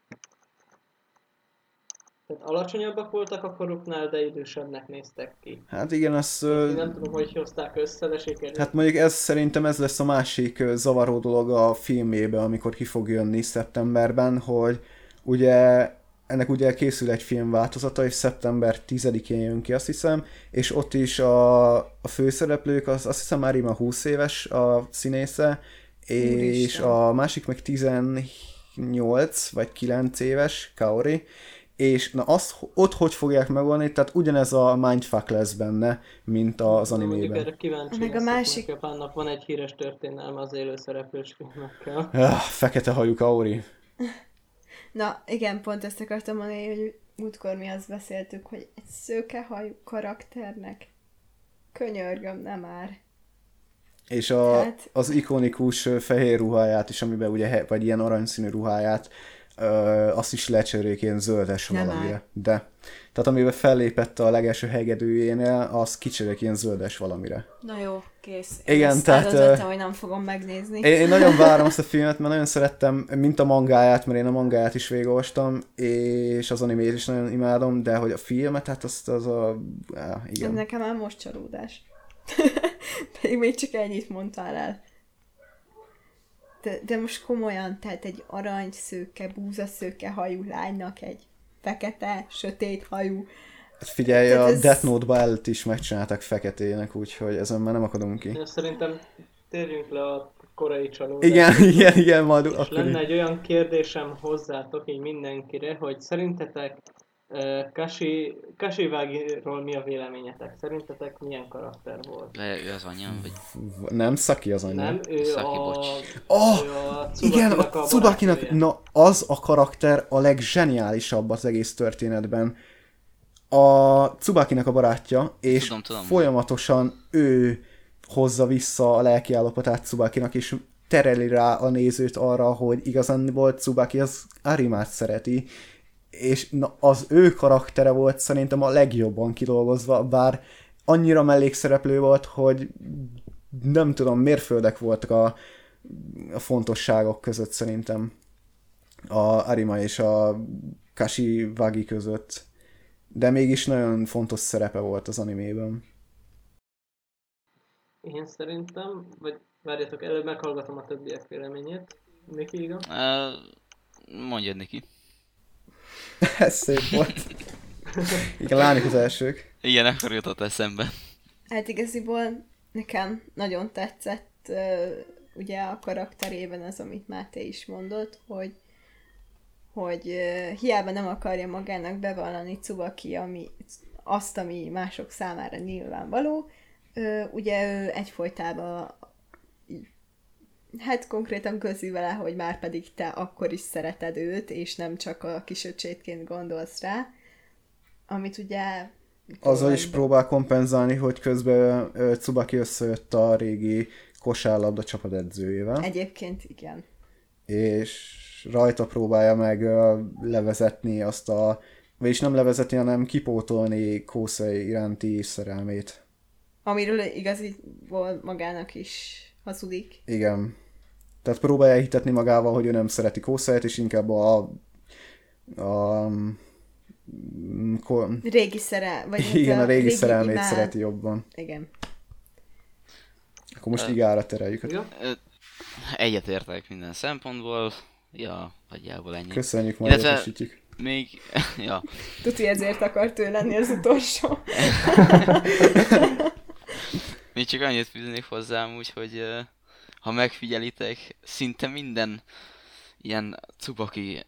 Tehát alacsonyabbak voltak a koruknál, de idősebbnek néztek ki. Hát igen, azt... nem tudom, hogy hozták össze, de sikerült. Hát mondjuk szerintem ez lesz a másik zavaró dolog a filmében, amikor ki fog jönni szeptemberben, hogy ugye ennek ugye készül egy filmváltozata, és szeptember 10-én jön ki, azt hiszem, és ott is a főszereplők, azt hiszem már ima 20 éves a színésze, és a másik meg 18 vagy 9 éves, Kaori, és na azt ott hogy fogják megoldani, tehát ugyanez a mindfuck lesz benne, mint az animében. Erre kíváncsi meg a másik... Japánnak van egy híres történelme az élőszereplős filmekkel. Fekete hajú Kaori. Na igen, pont ezt akartam mondani, hogy múltkor mi azt beszéltük, hogy egy szőkehajú karakternek könyörgöm, nem már. És az ikonikus fehér ruháját is, amiben ugye, vagy ilyen aranyszínű ruháját, azt is lecserélik ilyen zöldes valamire. De. Tehát amiben fellépett a legelső hegedűjénél, az kicserélik ilyen zöldes valamire. Na jó, kész. Igen, tehát... hogy nem fogom megnézni. Én nagyon várom azt a filmet, mert nagyon szerettem, mint a mangáját, mert én a mangáját is végigolvastam, és az animét is nagyon imádom, de hogy a filmet, hát igen. Ez nekem már most csalódás. Pedig még csak ennyit mondtál el. De most komolyan, tehát egy aranyszőke, búzaszőke hajú lánynak egy fekete, sötét hajú. Figyelj, a Death Note-ba előtt is megcsinálták feketének, úgyhogy ezen már nem akadunk ki. Én szerintem térjünk le a korai csalódásra. Igen, majd és lenne egy olyan kérdésem hozzátok, így mindenkire, hogy szerintetek Kashiwagiról mi a véleményetek? Szerintetek milyen karakter volt? Ő az anyám, vagy? Nem, Saki az anyám. Nem, ő Saki, igen, a Tsubakinak, na az a karakter a leggeniálisabb az egész történetben. A Tsubakinak a barátja, és tudom. Folyamatosan ő hozza vissza a lelkiállapotát Tsubakinak, és tereli rá a nézőt arra, hogy igazán Tsubaki az Arimát szereti, és na, az ő karaktere volt szerintem a legjobban kidolgozva, bár annyira mellékszereplő volt, hogy nem tudom, mérföldek voltak a fontosságok között szerintem. a Arima és a Kashiwagi között. De mégis nagyon fontos szerepe volt az animében. Én szerintem, vagy várjatok, előbb meghallgatom a többiek véleményét. Niki, igen? Mondjad neki. Ez szép volt. Igen, lányok az elsők. Igen, akkor jutott eszembe. Hát igaziból nekem nagyon tetszett ugye a karakterében az, amit Máté is mondott, hogy hiába nem akarja magának bevallani Tsubaki ami mások számára nyilvánvaló, ugye ő egyfolytában hát konkrétan közli vele, hogy már pedig te akkor is szereted őt, és nem csak a kisöcsétként gondolsz rá, amit ugye... Azzal is próbál kompenzálni, hogy közben Tsubaki összejött a régi kosárlabda csapatedzőjével. Egyébként igen. És rajta próbálja meg levezetni azt vagyis nem levezetni, hanem kipótolni Kosei iránti szerelmét. Amiről igaziból magának is hazudik. Igen. Tehát próbálja hitetni magával, hogy ő nem szereti Koseit, és inkább régi igen, a régi szerelmét szereti jobban. Igen. Akkor most igára tereljük. Egyetértek minden szempontból. Ja, nagyjából ennyi. Köszönjük, majd értesítjük. Még... ja. Tuti ezért akart ő lenni az utolsó. Még csak annyit fűznék hozzám, úgyhogy ha megfigyelitek, szinte minden ilyen Tsubaki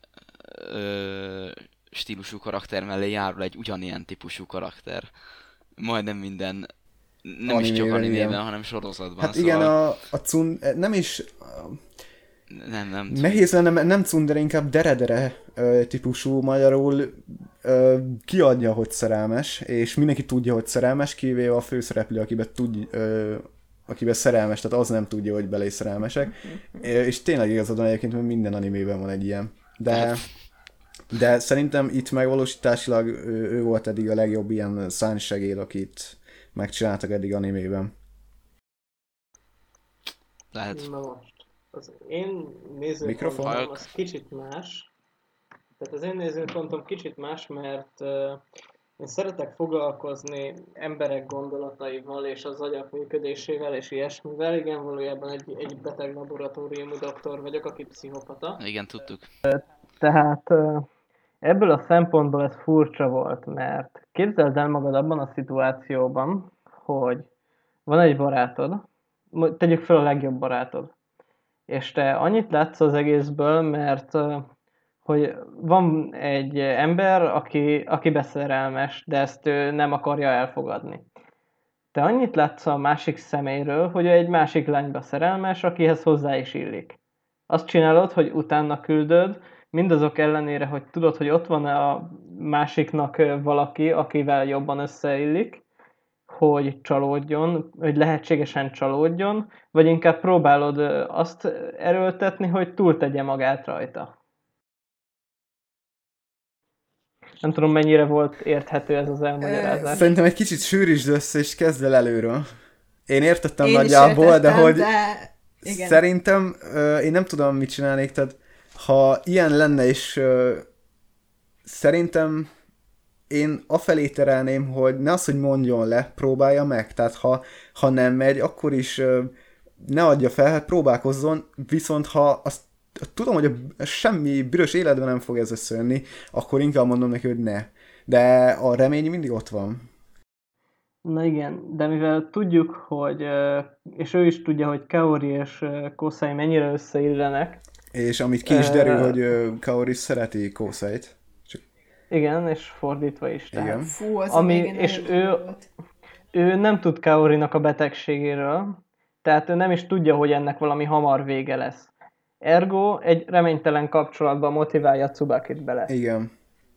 stílusú karakter mellé járul egy ugyanilyen típusú karakter. Majdnem minden, nem is csak animében, hanem sorozatban. Hát szóval... igen, nem is... Nem. Nehéz lenne, nem tsundere, inkább dere-dere típusú, magyarul kiadja, hogy szerelmes, és mindenki tudja, hogy szerelmes, kivéve a főszereplő, akiben szerelmes, tehát az nem tudja, hogy belé szerelmesek. És tényleg igazad van egyébként, mert minden animében van egy ilyen. De szerintem itt megvalósításilag ő volt eddig a legjobb ilyen szárnysegéd, akit megcsináltak eddig animében. Lehet. Na most. Az én nézőpontom az kicsit más. Tehát az én nézőpontom kicsit más, mert én szeretek foglalkozni emberek gondolataival és az agyak működésével és ilyesmivel. Igen, valójában egy beteg laboratóriumú doktor vagyok, aki pszichopata. Igen, tudtuk. Tehát ebből a szempontból ez furcsa volt, mert képzeld el magad abban a szituációban, hogy van egy barátod, tegyük fel a legjobb barátod, és te annyit látsz az egészből, mert hogy van egy ember, aki beszerelmes, de ezt ő nem akarja elfogadni. Te annyit látsz a másik személyről, hogy ő egy másik lányba szerelmes, akihez hozzá is illik. Azt csinálod, hogy utána küldöd, mindazok ellenére, hogy tudod, hogy ott van a másiknak valaki, akivel jobban összeillik, hogy csalódjon, hogy lehetségesen csalódjon, vagy inkább próbálod azt erőltetni, hogy túltegye magát rajta. Nem tudom, mennyire volt érthető ez az elmagyarázás. Szerintem egy kicsit sűrűsd össze, és kezd el előről. Én értettem nagyjából, de hogy igen. Szerintem én nem tudom, mit csinálnék, tehát ha ilyen lenne, és szerintem én afelé terelném, hogy ne az, hogy mondjon le, próbálja meg. Tehát ha nem megy, akkor is ne adja fel, hát próbálkozzon, viszont ha azt tudom, hogy semmi büdös életben nem fog ez összejönni, akkor inkább mondom neki, hogy ne. De a remény mindig ott van. Na igen, de mivel tudjuk, hogy, és ő is tudja, hogy Kaori és Kosei mennyire összeillenek. És amit ki is derül, hogy Kaori szereti Koseit. Igen, és fordítva is. Igen. Fú, az és ő nem tud Kaorinak a betegségéről, tehát ő nem is tudja, hogy ennek valami hamar vége lesz. Ergo egy reménytelen kapcsolatban motiválja Tsubakit bele. Igen.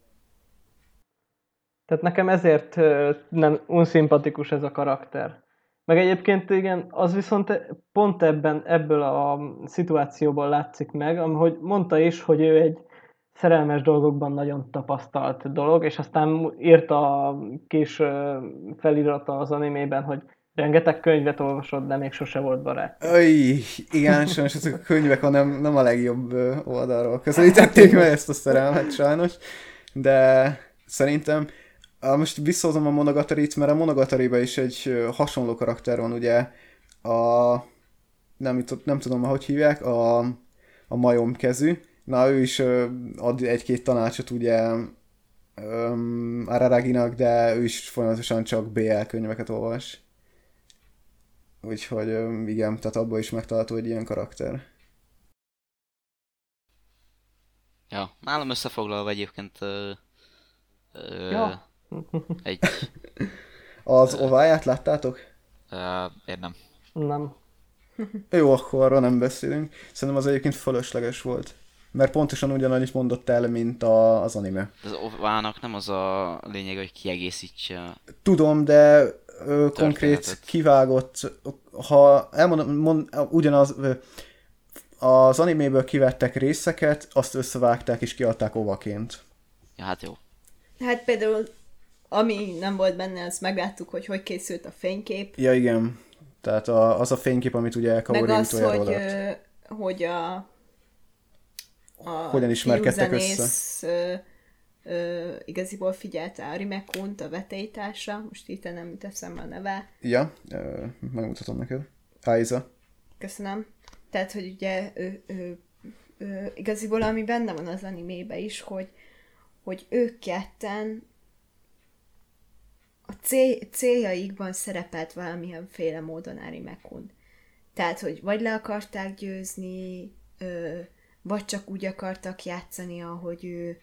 Tehát nekem ezért nem unszimpatikus ez a karakter. Meg egyébként igen, az viszont pont ebből a szituációból látszik meg, ahogy mondta is, hogy ő egy szerelmes dolgokban nagyon tapasztalt dolog, és aztán írt a kis felirata az animében, hogy Rengeteg könyvet olvasod, de még sose volt barát. Igen, sajnos ezek a könyvek nem a legjobb oldalról közelítették meg ezt a szerelmet sajnos, de szerintem most visszahozom a Monogatari-t, mert a Monogatari-ben is egy hasonló karakter van, ugye nem tudom, hogy hívják, a majomkezű. Na, ő is ad egy-két tanácsot ugye Araraginak, de ő is folyamatosan csak BL könyveket olvas. Úgyhogy igen, tehát abban is megtalálható egy ilyen karakter. Ja, nálam összefoglalva egyébként Ja. egy... Az ováját láttátok? Én nem. Nem. Jó, akkor arról nem beszélünk. Szerintem az egyébként fölösleges volt. Mert pontosan ugyanannyit mondott el, mint az anime. Az ovának nem az a lényeg, hogy kiegészítse. Tudom, de konkrét kivágott, ha elmondom, ugyanaz, az animéből kivettek részeket, azt összevágták és kiadták ovaként. Ja, hát jó. Hát például, ami nem volt benne, azt megláttuk, hogy készült a fénykép. Ja, igen. Tehát az a fénykép, amit ugye Kaori meg az, utoljára hogy a hogyan ismerkedtek össze. Igaziból figyelte Arime Kunt, a vetélytársa, most itt nem jut eszembe a neve. Ja, megmutatom neked. Aiza. Köszönöm. Tehát, hogy ugye igaziból ami benne van az animébe is, hogy ők ketten a céljaikban szerepelt valamilyenféle módon Arime Kun. Tehát, hogy vagy le akarták győzni, vagy csak úgy akartak játszani, ahogy ő.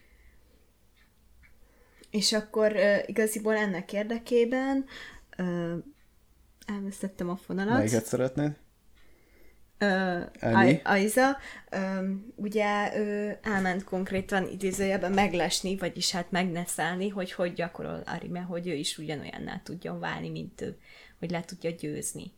És akkor igaziból ennek érdekében elvesztettem a fonalat. Melyiket szeretnéd? Aiza, ugye elment konkrétan idézőjelben meglesni, vagyis hát megneszelni, hogy gyakorol Arime, hogy ő is ugyanolyanná tudjon válni, mint ő, hogy le tudja győzni.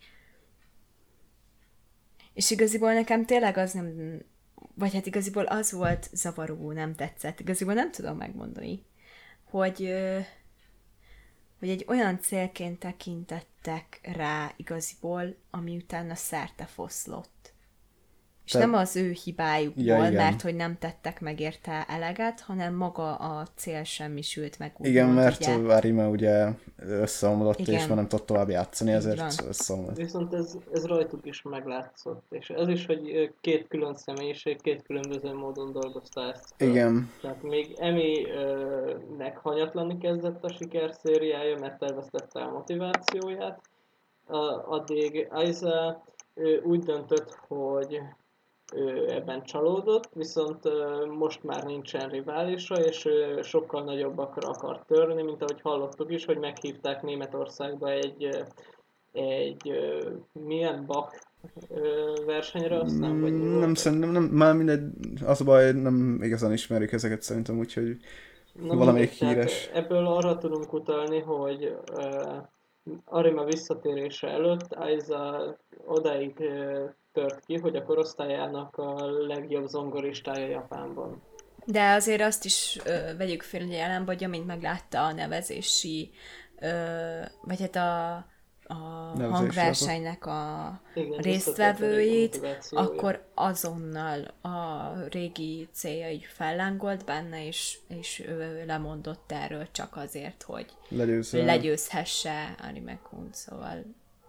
És igaziból nekem tényleg az nem, vagy hát igaziból az volt zavaró, nem tetszett. Igaziból nem tudom megmondani, hogy egy olyan célként tekintettek rá igaziból, ami utána szerte foszlott. És nem az ő hibájukból, mert hogy nem tettek meg érte eleget, hanem maga a cél semmisült meg. Igen, mert Arime ugye összeomlott, és már nem tudott tovább játszani, ezért összeomlott. Viszont ez rajtuk is meglátszott, és ez is, hogy két külön személyiség, két különböző módon dolgozta ezt. Igen. Tehát még Emi-nek hanyatlani kezdett a sikerszériája, mert elvesztette a motivációját, addig Aiza úgy döntött, hogy ő ebben csalódott, viszont most már nincsen riválisa, és sokkal nagyobbakra akar törni, mint ahogy hallottuk is, hogy meghívták Németországba egy milyen Bach versenyre, aztán vagy nem szerintem, nem, már mindegy, az a baj, nem igazán ismerjük ezeket szerintem, úgyhogy valamelyik híres. Ebből arra tudunk utalni, hogy Arima visszatérése előtt Aiza odáig tört ki, hogy a korosztályának a legjobb zongoristája Japánban. De azért azt is vegyük figyelembe, hogy amint meglátta a nevezési, vagy hát a hangversenynek a résztvevőit, akkor azonnal a régi célja így fellángolt benne, és ő lemondott erről csak azért, hogy legyőzhesse Arime Kun, szóval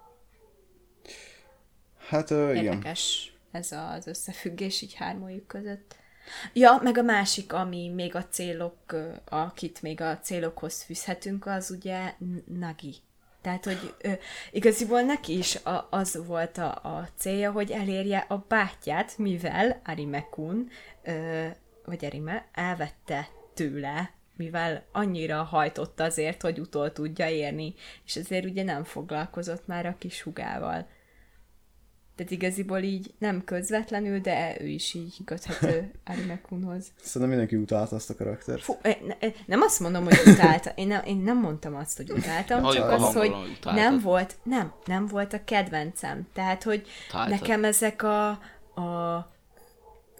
hát érdekes ez az összefüggés így hármójuk között. Ja, meg a másik, ami még a célok, akit még a célokhoz fűzhetünk, az ugye Nagi. Tehát, hogy igaziból neki is az volt a célja, hogy elérje a bátyját, mivel Arime Kun, vagy Arime elvette tőle, mivel annyira hajtott azért, hogy utol tudja érni, és azért ugye nem foglalkozott már a kis hugával. Tehát igaziból így nem közvetlenül, de ő is így köthető Arime Kunhoz. Szerintem mindenki utálta azt a karaktert. Fú, nem azt mondom, hogy utálta. Én nem mondtam azt, hogy utáltam, csak az, hogy nem volt a kedvencem. Tehát, hogy nekem ezek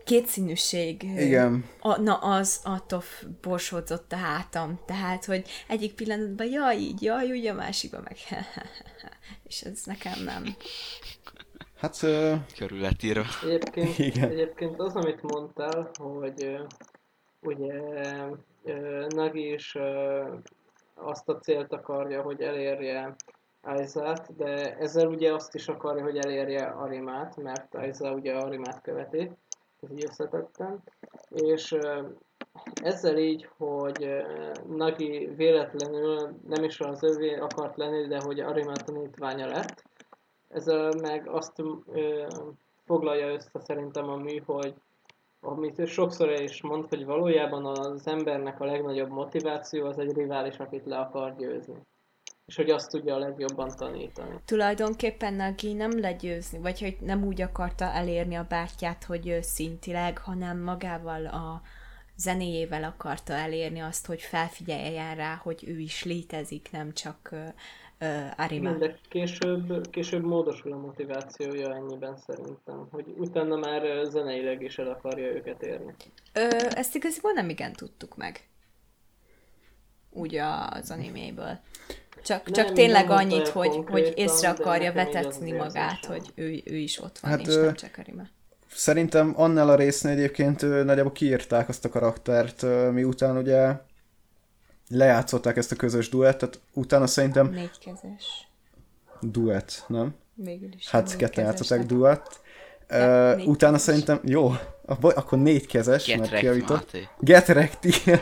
kétszínűség. Igen. Na az attól borsódzott a hátam. Tehát, hogy egyik pillanatban jaj, így, jaj, úgy, a másikban meg és ez nekem nem. Hát... Körületírva. Egyébként az, amit mondtál, hogy ugye Nagi is azt a célt akarja, hogy elérje Aiza-t, de ezzel ugye azt is akarja, hogy elérje Arimát, mert Aiza ugye Arimát követi, ez így összetettem, és ezzel így, hogy Nagi véletlenül nem is az övé akart lenni, de hogy Arima tanítványa lett, ezzel meg azt foglalja össze szerintem a mű, hogy amit sokszor el is mond, hogy valójában az embernek a legnagyobb motiváció az egy rivális, akit le akar győzni. És hogy azt tudja a legjobban tanítani. Tulajdonképpen Nagi nem legyőzni, vagy hogy nem úgy akarta elérni a bátyját, hogy szintileg, hanem magával a zenéjével akarta elérni azt, hogy felfigyeljen rá, hogy ő is létezik, nem csak Arima. De később módosul a motivációja ennyiben szerintem, hogy utána már zeneileg is el akarja őket érni. Ezt igazából nem igen tudtuk meg. Úgy az animéből. Csak tényleg annyit, hogy észre akarja vetetni magát, hogy ő is ott van, hát, és nem csak Arima. Szerintem annál a résznél egyébként nagyjából kiírták azt a karaktert, miután ugye lejátszották ezt a közös duettet, utána szerintem... Négykezes. Duett, nem? Végül is. Hát ketten játszották duett. Utána szerintem... Jó, akkor négykezes, mert kiavított. Get wrecked, igen.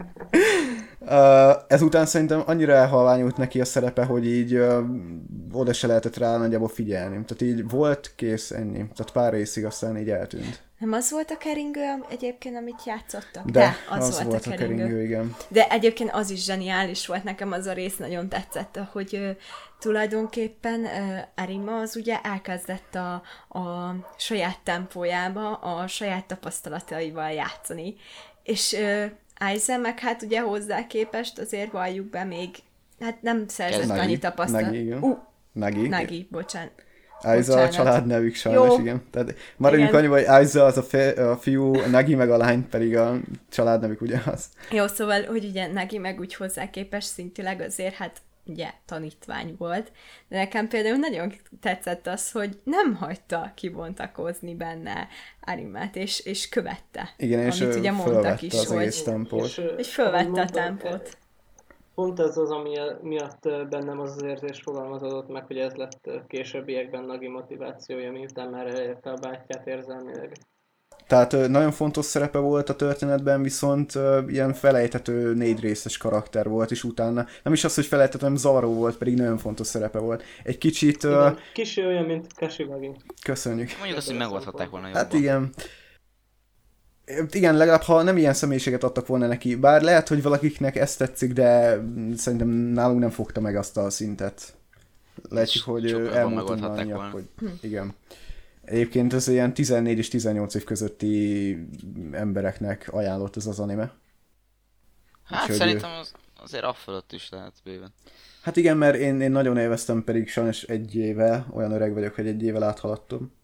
Ezután szerintem annyira elhalványult neki a szerepe, hogy így oda se lehetett rá nagyjából figyelni. Tehát így volt, kész, ennyi. Tehát pár részig aztán így eltűnt. Nem az volt a keringő egyébként, amit játszottak? De az volt a keringő, igen. De egyébként az is zseniális volt, nekem az a rész nagyon tetszett, hogy tulajdonképpen Arima az ugye elkezdett a saját tempójába, a saját tapasztalataival játszani. És Aiza meg hát ugye hozzá képest azért valljuk be még, hát nem szerzett annyi tapasztalat. Nagi, bocsánat. Aiza a családnevük sajnos, jó. Igen. Tehát maradjunk annyiban, hogy Aiza az a fiú, Nagi meg a lány pedig a családnevük ugyanaz. Jó, szóval, hogy ugye Nagi meg úgy hozzá képest szintileg azért hát ugye tanítvány volt, de nekem például nagyon tetszett az, hogy nem hagyta kibontakozni benne Arimát, és követte. Igen, és amit ugye mondtak is, az egész tempót. És fölvette a tempót. Pont ez az, ami miatt bennem az érzés fogalmazódott meg, hogy ez lett későbbiekben Nagi motivációja, miután már elérte a bátyját érzelmileg. Tehát nagyon fontos szerepe volt a történetben, viszont ilyen felejthető 4 részes karakter volt, és utána nem is az, hogy felejthető, hanem zavaró volt, pedig nagyon fontos szerepe volt. Egy kicsit... Kicsi olyan, mint Kashiwagi. Köszönjük. Mondjuk azt, hogy megoldhatták volna jobban. Hát igen. Igen, legalább ha nem ilyen személyiséget adtak volna neki, bár lehet, hogy valakiknek ezt tetszik, de szerintem nálunk nem fogta meg azt a szintet. Lehetjük, hogy elmondtunk annyiak, hogy igen. Egyébként ez ilyen 14 és 18 év közötti embereknek ajánlott ez az anime. Hát úgyhogy szerintem azért afölött is lehet bőven. Hát igen, mert én nagyon élveztem, pedig sajnos egy éve, olyan öreg vagyok, hogy egy éve áthaladtam.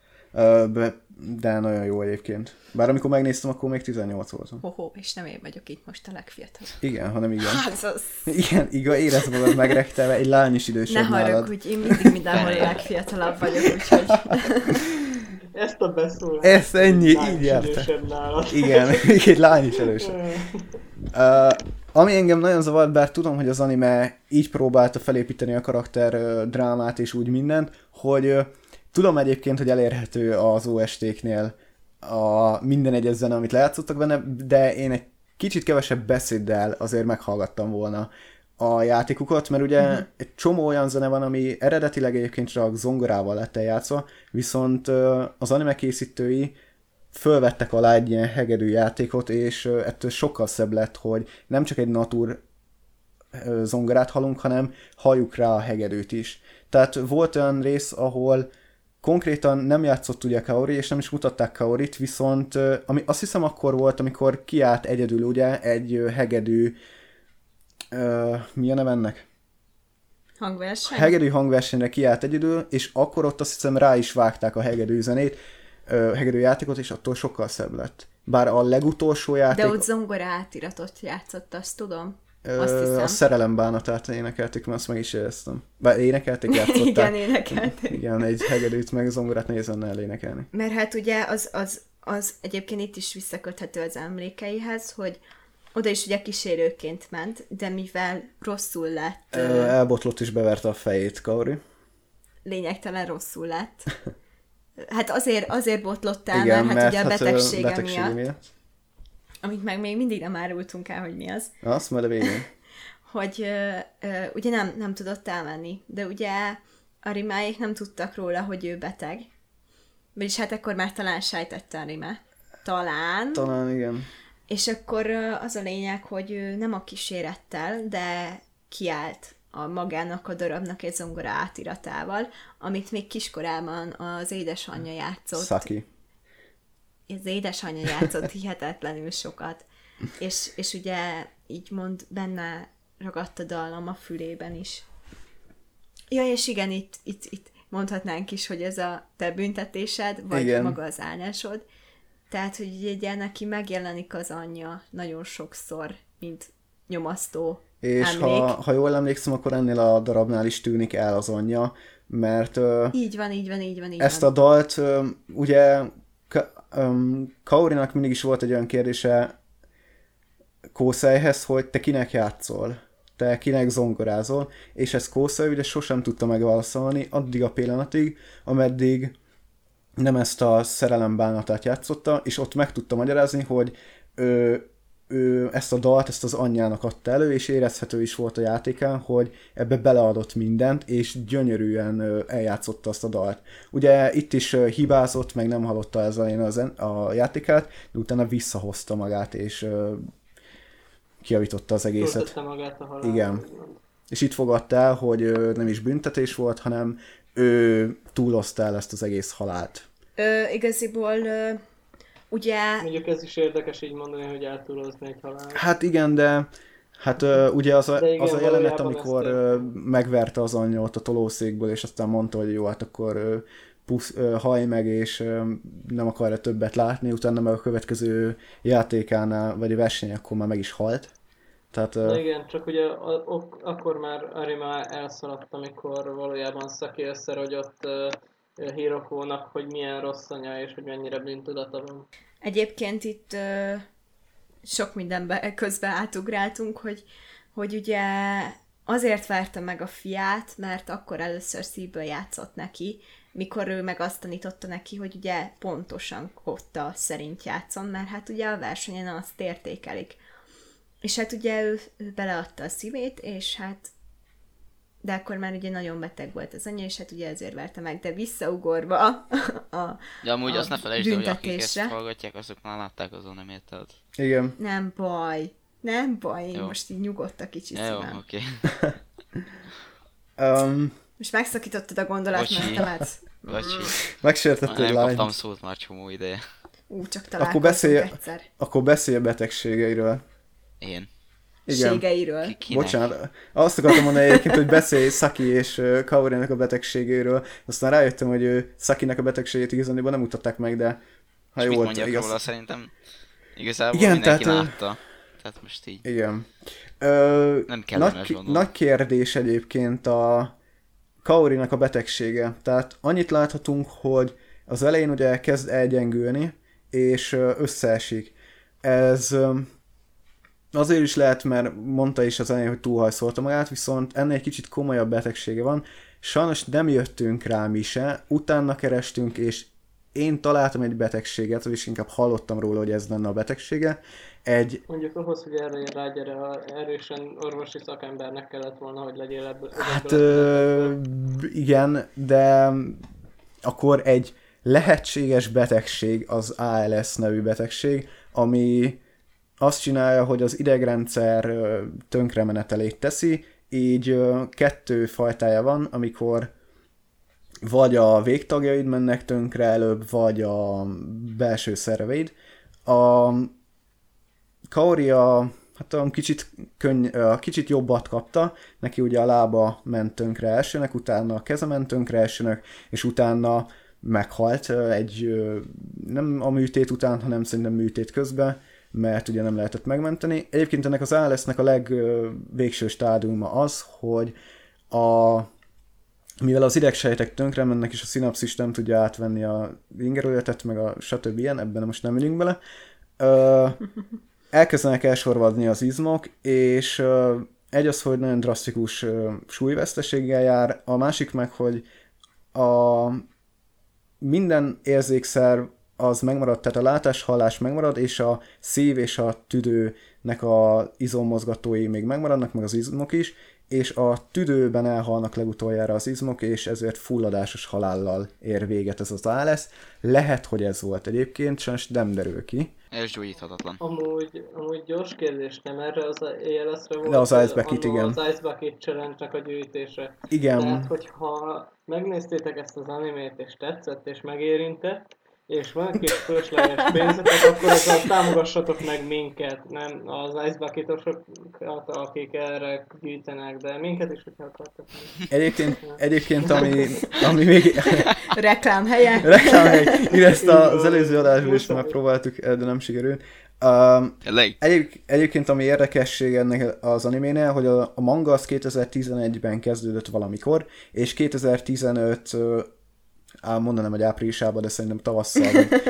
De nagyon jó egyébként. Bár amikor megnéztem, akkor még 18 voltam. És nem én vagyok itt most a legfiatalabb. Igen, hanem igen. Hát, igen, érezd magad megrektelve, egy lány is idősebb nálad. Ne haragudj, én mindig mindenhol a legfiatalabb vagyok, úgyhogy... Ezt a beszólást. Ezt ennyi, így járta. Igen, még egy lány is elősebb. Ami engem nagyon zavart, bár tudom, hogy az anime így próbálta felépíteni a karakter drámát és úgy mindent, hogy tudom egyébként, hogy elérhető az OST-knél minden egyes zene, amit lejátszottak benne, de én egy kicsit kevesebb beszéddel azért meghallgattam volna a játékukat, mert ugye egy csomó olyan zene van, ami eredetileg egyébként csak zongorával lett eljátszva, viszont az anime készítői fölvettek alá egy ilyen hegedű játékot, és ettől sokkal szebb lett, hogy nem csak egy natur zongorát hallunk, hanem halljuk rá a hegedűt is. Tehát volt olyan rész, ahol konkrétan nem játszott ugye Kaori, és nem is mutatták Kaorit, viszont ami azt hiszem akkor volt, amikor kiállt egyedül ugye egy hegedű, mi a neve ennek? Hangverseny? Hegedű hangversenyre kiállt egyedül, és akkor ott azt hiszem rá is vágták a hegedű zenét. hegedűjátékot, és attól sokkal szebb lett. Bár a legutolsó játék... De ott zongora átiratot játszott, azt tudom. Azt hiszem. A szerelem bánatát énekelték, mert azt meg is éreztem. Bár énekelték, játszották. Igen, énekelték. Igen, egy hegedűt meg zongorát nehéz lenne elénekelni. Mert hát ugye az egyébként itt is visszaköthető az emlékeihez, hogy oda is ugye kísérőként ment, de mivel rosszul lett... Elbotlott és beverte a fejét, Kaori. Lényegtelen rosszul lett. Hát azért botlott el, igen, mert ugye a betegsége miatt. Amit meg még mindig nem árultunk el, hogy mi az. Azt majd a végén. Hogy ugye nem tudott elmenni, de ugye Arimáék nem tudtak róla, hogy ő beteg. Vagyis hát akkor már talán sejtette Arime. Talán, igen. És akkor az a lényeg, hogy ő nem a kísérettel, de kiállt a magának a darabnak egy zongora átiratával, amit még kiskorában az édesanyja játszott. Saki. Az édesanyja játszott hihetetlenül sokat. És ugye így mond, benne ragadt a dallam a fülében is. Ja, és igen, itt mondhatnánk is, hogy ez a te büntetésed, vagy igen. Maga az áldásod. Tehát, hogy ugye neki megjelenik az anyja nagyon sokszor, mint nyomasztó és emlék. Ha jól emlékszem, akkor ennél a darabnál is tűnik el az anyja, mert így van. Ezt a dalt ugye Kaorinak mindig is volt egy olyan kérdése Kószeihez, hogy te kinek játszol? Te kinek zongorázol? És ezt Kószei ugye sosem tudta megválaszolni addig a pillanatig, ameddig nem ezt a szerelem bánatát játszotta, és ott meg tudta magyarázni, hogy ő ezt a dalt, ezt az anyjának adta elő, és érezhető is volt a játékán, hogy ebbe beleadott mindent, és gyönyörűen eljátszotta azt a dalt. Ugye itt is hibázott, meg nem hallotta az elején a játékát, de utána visszahozta magát, és kijavította az egészet. Töltötte magát a halálra. Igen. És itt fogadta el, hogy nem is büntetés volt, hanem ő túlozta el ezt az egész halált. Igaziból... Ugye... Mondjuk ez is érdekes így mondani, hogy eltúlozni egy halált. Hát igen, de hát ugye az a jelenet, amikor megverte az anyja ott a tolószékből, és aztán mondta, hogy jó, hát akkor hallj meg, és nem akarja többet látni, utána meg a következő játékánál, vagy a versenyen, akkor már meg is halt. Tehát, igen, csak ugye akkor már Arima elszaladt, amikor valójában Saki összerogyott Hirokónak, hogy milyen rossz anya, és hogy mennyire bűntudata van. Egyébként itt sok mindenbe közben átugráltunk, hogy ugye azért verte meg a fiát, mert akkor először szívből játszott neki, mikor ő meg azt tanította neki, hogy ugye pontosan kotta szerint játszon, mert hát ugye a versenyen azt értékelik. És hát ugye ő beleadta a szívét, és hát de akkor már ugye nagyon beteg volt az anyja, és hát ugye ezért verte meg, de visszaugorva de amúgy azt ne felejtsd, hogy akik ezt hallgatják, azok már látták az animét. Igen. Nem baj, én jó. Most így nyugodt kicsit szívem. Jó, oké. Most megszakítottad a gondolatmenetemet. Bocsi. Megsértetted lány. Nem kaptam szót már csomó ideje. Csak találkoztunk egyszer. Akkor beszélj a betegségeiről. Én? Igen. Kinek? Bocsánat, azt akartam mondani egyébként, hogy beszélj Saki és Kaorinak a betegségéről, aztán rájöttem, hogy Sakinek a betegségét igazából nem mutatták meg, de ha és jó mit volt, mondjak róla, szerintem igazából igen, mindenki látta. Tehát most így... Igen. Nem kellemes nagy kérdés egyébként a Kaorinak a betegsége. Tehát annyit láthatunk, hogy az elején ugye kezd elgyengülni, és összeesik. Ez... Azért is lehet, mert mondta is az elején, hogy túlhajszolta magát, viszont ennél egy kicsit komolyabb betegsége van. Sajnos nem jöttünk rá mi se, utána kerestünk, és én találtam egy betegséget, vagyis inkább hallottam róla, hogy ez lenne a betegsége. Mondjuk ahhoz, hogy erre rágyere, erősen orvosi szakembernek kellett volna, hogy legyél ebből. Hát igen, de akkor egy lehetséges betegség az ALS nevű betegség, ami azt csinálja, hogy az idegrendszer tönkremenetelét teszi, így kettő fajtája van, amikor vagy a végtagjaid mennek tönkre előbb, vagy a belső szerveid. A Kaori kicsit jobbat kapta, neki ugye a lába ment tönkre elsőnek, utána a keze ment tönkre elsőnek, és utána meghalt nem a műtét után, hanem szerintem műtét közben, mert ugye nem lehetett megmenteni. Egyébként ennek az ALS-nek a legvégső stádiuma az, hogy mivel az idegsejtek tönkre mennek, és a szinapszis nem tudja átvenni a ingerületet, meg a stb. Ilyen, ebben most nem megyünk bele, elkezdenek elsorvadni az izmok, és egy az, hogy nagyon drasztikus súlyveszteséggel jár, a másik meg, hogy minden érzékszerv az megmarad, tehát a látás, hallás megmarad, és a szív és a tüdőnek a izommozgatói még megmaradnak, meg az izmok is, és a tüdőben elhalnak legutoljára az izmok, és ezért fulladásos halállal ér véget ez az ALS. Lehet, hogy ez volt egyébként, sajnos nem derül ki. Ez gyógyíthatatlan. Amúgy gyors kérdés, nem erre az ALS-re volt? De az Ice Bucket, igen. Az Ice Bucket Challenge-nek a gyűjtése. Igen. Tehát, hogyha megnéztétek ezt az animét, és tetszett, és megérintett, és van kis fölösleges pénzetek, akkor ezzel támogassatok meg minket, nem az Ice Bucket-osokat, akik erre gyűjtenek, de minket is, hogyha akartak. Egyébként ami még... Reklámhelye. Reklámhely. Ezt az előző adásban is megpróbáltuk, de nem sikerült. Egyébként ami érdekesség ennek az animénél, hogy a manga az 2011-ben kezdődött valamikor, és 2015 mondanám, hogy áprilisában, de szerintem tavasszal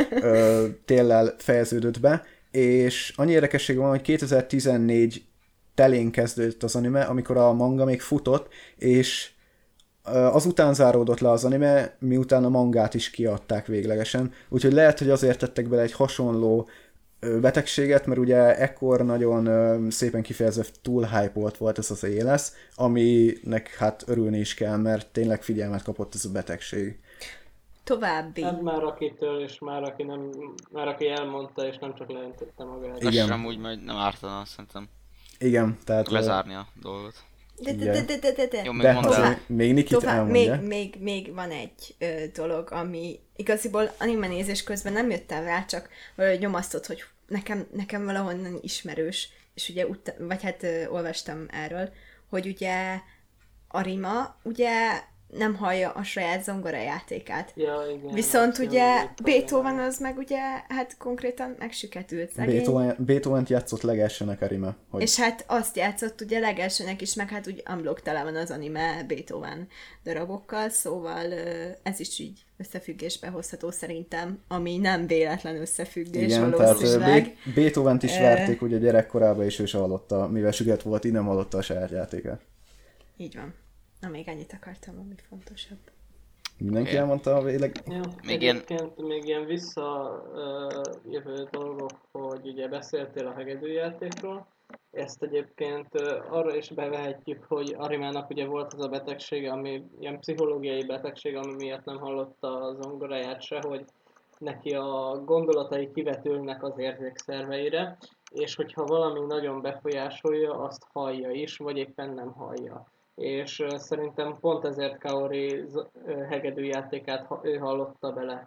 téllel fejeződött be, és annyi érdekesség van, hogy 2014 telén kezdődött az anime, amikor a manga még futott, és azután záródott le az anime, miután a mangát is kiadták véglegesen, úgyhogy lehet, hogy azért tettek bele egy hasonló betegséget, mert ugye ekkor nagyon szépen kifejezve túl hype volt ez az ALS, aminek hát örülni is kell, mert tényleg figyelmet kapott ez a betegség. További. Hát már akitől, és már aki elmondta, és nem csak leöntötte magát. Igen. Amúgy majd nem ártana, szerintem. Igen, tehát... Lezárni a dolgot. De. Jó, még mondd el. Még Nikit elmondja. Még van egy dolog, ami igaziból anime nézés közben nem jöttem rá, csak nyomasztott, hogy nekem valahonnan ismerős, és ugye olvastam erről, hogy ugye Arima ugye nem hallja a saját zongorajátékát. Ja, igen, viszont ugye Beethoven az meg ugye hát konkrétan megsüketült szegény. Beethoven-t játszott legelsőnek Arima. Hogy... És hát azt játszott ugye legelsőnek is, meg hát úgy unblock tele van az anime Beethoven darabokkal, szóval ez is így összefüggésbe hozható szerintem, ami nem véletlen összefüggés. Igen, tehát Beethovent is verték ugye gyerekkorában, és ő se hallotta, mivel süket volt, így nem hallotta a saját játékát. Így van. Na, még ennyit akartam, ami fontosabb. Mindenki elmondta a Ja, még ilyen visszajövő dolgok, hogy ugye beszéltél a hegedűjátékról. Ezt egyébként arra is bevehetjük, hogy Arimának ugye volt az a betegsége, ami ilyen pszichológiai betegség, ami miatt nem hallotta a zongoráját se, hogy neki a gondolatai kivetülnek az érzékszerveire, és hogyha valami nagyon befolyásolja, azt hallja is, vagy éppen nem hallja. És szerintem pont ezért Kaori hegedűjátékát ő hallotta bele.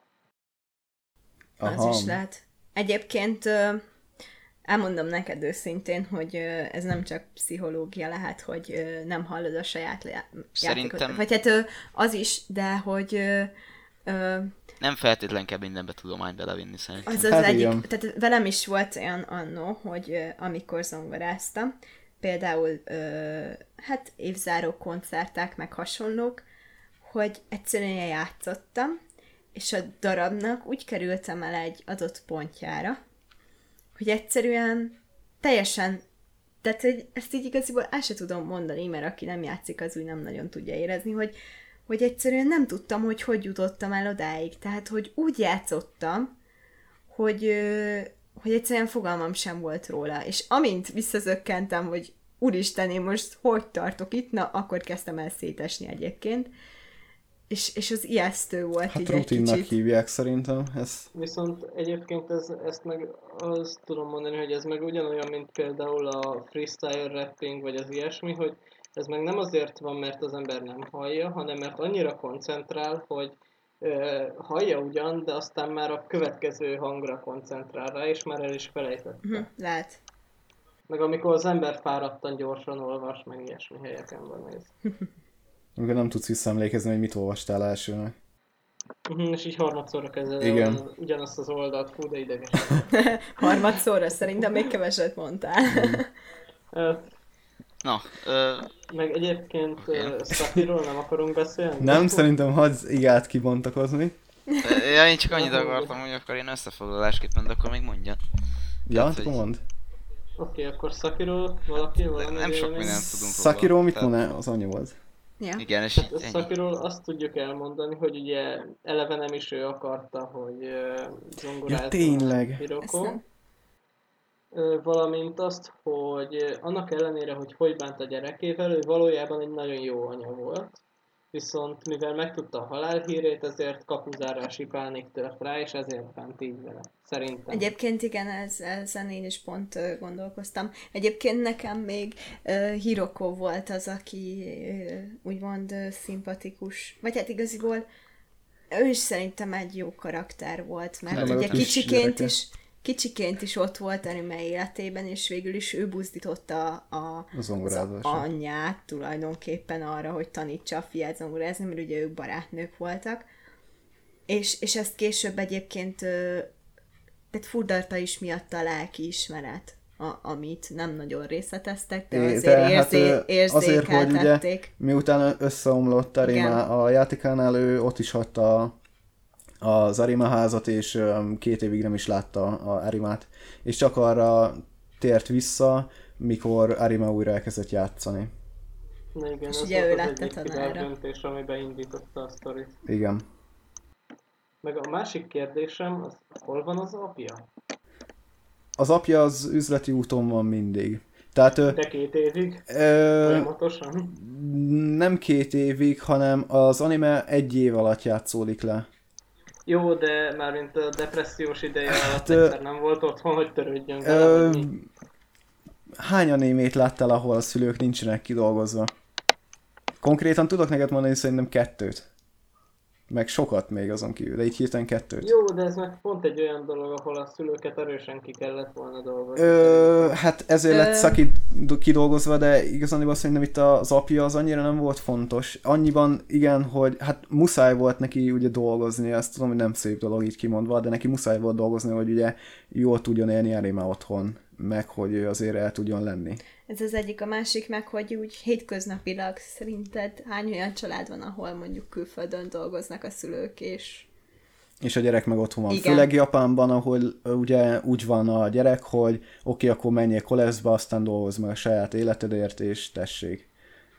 Aha. Az is lehet. Egyébként elmondom neked őszintén, hogy ez nem csak pszichológia lehet, hogy nem hallod a saját játékot. Vagy hát az is, de hogy... nem feltétlen kell mindenbe tudományt belevinni szerintem. Az egyik, tehát velem is volt olyan annó, hogy amikor zongoráztam, például hát évzáró koncertek, meg hasonlók, hogy egyszerűen játszottam, és a darabnak úgy kerültem el egy adott pontjára, hogy egyszerűen teljesen, tehát hogy ezt így igaziból el sem tudom mondani, mert aki nem játszik, az úgy nem nagyon tudja érezni, hogy egyszerűen nem tudtam, hogy jutottam el odáig. Tehát, hogy úgy játszottam, hogy egyszerűen fogalmam sem volt róla. És amint visszazökkentem, hogy úristen, én most hogy tartok itt, na, akkor kezdtem el szétesni egyébként. És az ijesztő volt hát így egy kicsit. rutinnak hívják szerintem. Viszont egyébként ezt meg azt tudom mondani, hogy ez meg ugyanolyan, mint például a freestyle rapping, vagy az ilyesmi, hogy ez meg nem azért van, mert az ember nem hallja, hanem mert annyira koncentrál, hogy hallja ugyan, de aztán már a következő hangra koncentrál rá, és már el is felejtette. Lehet. Meg amikor az ember fáradtan gyorsan olvas, meg ilyesmi helyeken van ez. Amikor nem tudsz visszaemlékezni, hogy mit olvastál elsőnek. És így harmadszorra kezded Igen. ugyanazt az oldalt, fú, de ideges. Harmadszorra szerintem még keveset mondtál. Na, Meg egyébként Oké. Sakiról nem akarunk beszélni? Nem, szerintem hadd igát kibontakozni. ja, én csak annyit akartam, hogy akkor én összefoglalásképpen, de akkor még mondja. Ja, Tehát, akkor hogy- mondd. Oké, akkor Sakiról valami Nem sok vélemény? mindent tudunk Szakiról mit Tehát- mond? Az anyja volt. Ja. Igen, és Hát ennyi. Sakiról azt tudjuk elmondani, hogy ugye eleve nem is ő akarta, hogy zongorázzon Ja, tényleg. Ezt Hiroko. nem. Valamint azt, hogy annak ellenére, hogy bánt a gyerekével, ő valójában egy nagyon jó anya volt. Viszont mivel megtudta a halálhírét, ezért kapuzárási pánik tört rá, és ezért bánt így vele. Szerintem. Egyébként igen, ezen én is pont gondolkoztam. Egyébként nekem még Hiroko volt az, aki úgymond szimpatikus. Vagy hát igaziból ő is szerintem egy jó karakter volt, mert meg ugye a kis gyereke. kicsiként is ott volt anime életében, és végül is ő buzdította A az zongorázásra. anyját tulajdonképpen arra, hogy tanítsa a fiát zongorázni, mert ugye ők barátnők voltak. És ezt később egyébként tehát furdarta is miatta a lelki ismeret, amit nem nagyon részleteztek, de azért de hát, azért, hogy ugye érzékeltették. miután összeomlott Arima a játékánál, ő ott is hagyta az Arima házat, és 2 évig nem is látta a Arimát. És csak arra tért vissza, mikor Arima újra elkezdett játszani. Na igen, És ez ugye volt ő az lett a egyik tanára. hibás döntés, ami beindította a sztorit. Igen. Meg a másik kérdésem, az hol van az apja? Az apja az üzleti úton van mindig. Tehát De 2 évig? ö, Folyamatosan? nem 2 évig, hanem az anime 1 év alatt játszódik le. Jó, de mármint a depressziós ideje alatt ö, egyszer nem volt otthon, hogy törődjön vele, Ö, vagy mi? hány animét láttál, ahol a szülők nincsenek kidolgozva? Konkrétan tudok neked mondani szerintem 2. Meg sokat még azon kívül, de így hirtelen 2. Jó, de ez meg pont egy olyan dolog, ahol a szülőket erősen ki kellett volna dolgozni. Hát ezért lett Saki kidolgozva, de igazán szerintem itt az apja az annyira nem volt fontos. Annyiban igen, hogy hát muszáj volt neki ugye dolgozni, ezt tudom, hogy nem szép dolog így kimondva, de neki muszáj volt dolgozni, hogy ugye jól tudjon élni Arima otthon, meg hogy ő azért el tudjon lenni. Ez az egyik, a másik meg, hogy úgy hétköznapilag szerinted hány olyan család van, ahol mondjuk külföldön dolgoznak a szülők, És a gyerek meg otthon van. Igen. Főleg Japánban, ahol ugye úgy van a gyerek, hogy oké, akkor menjél koleszba, aztán dolgozz meg a saját életedért, és tessék.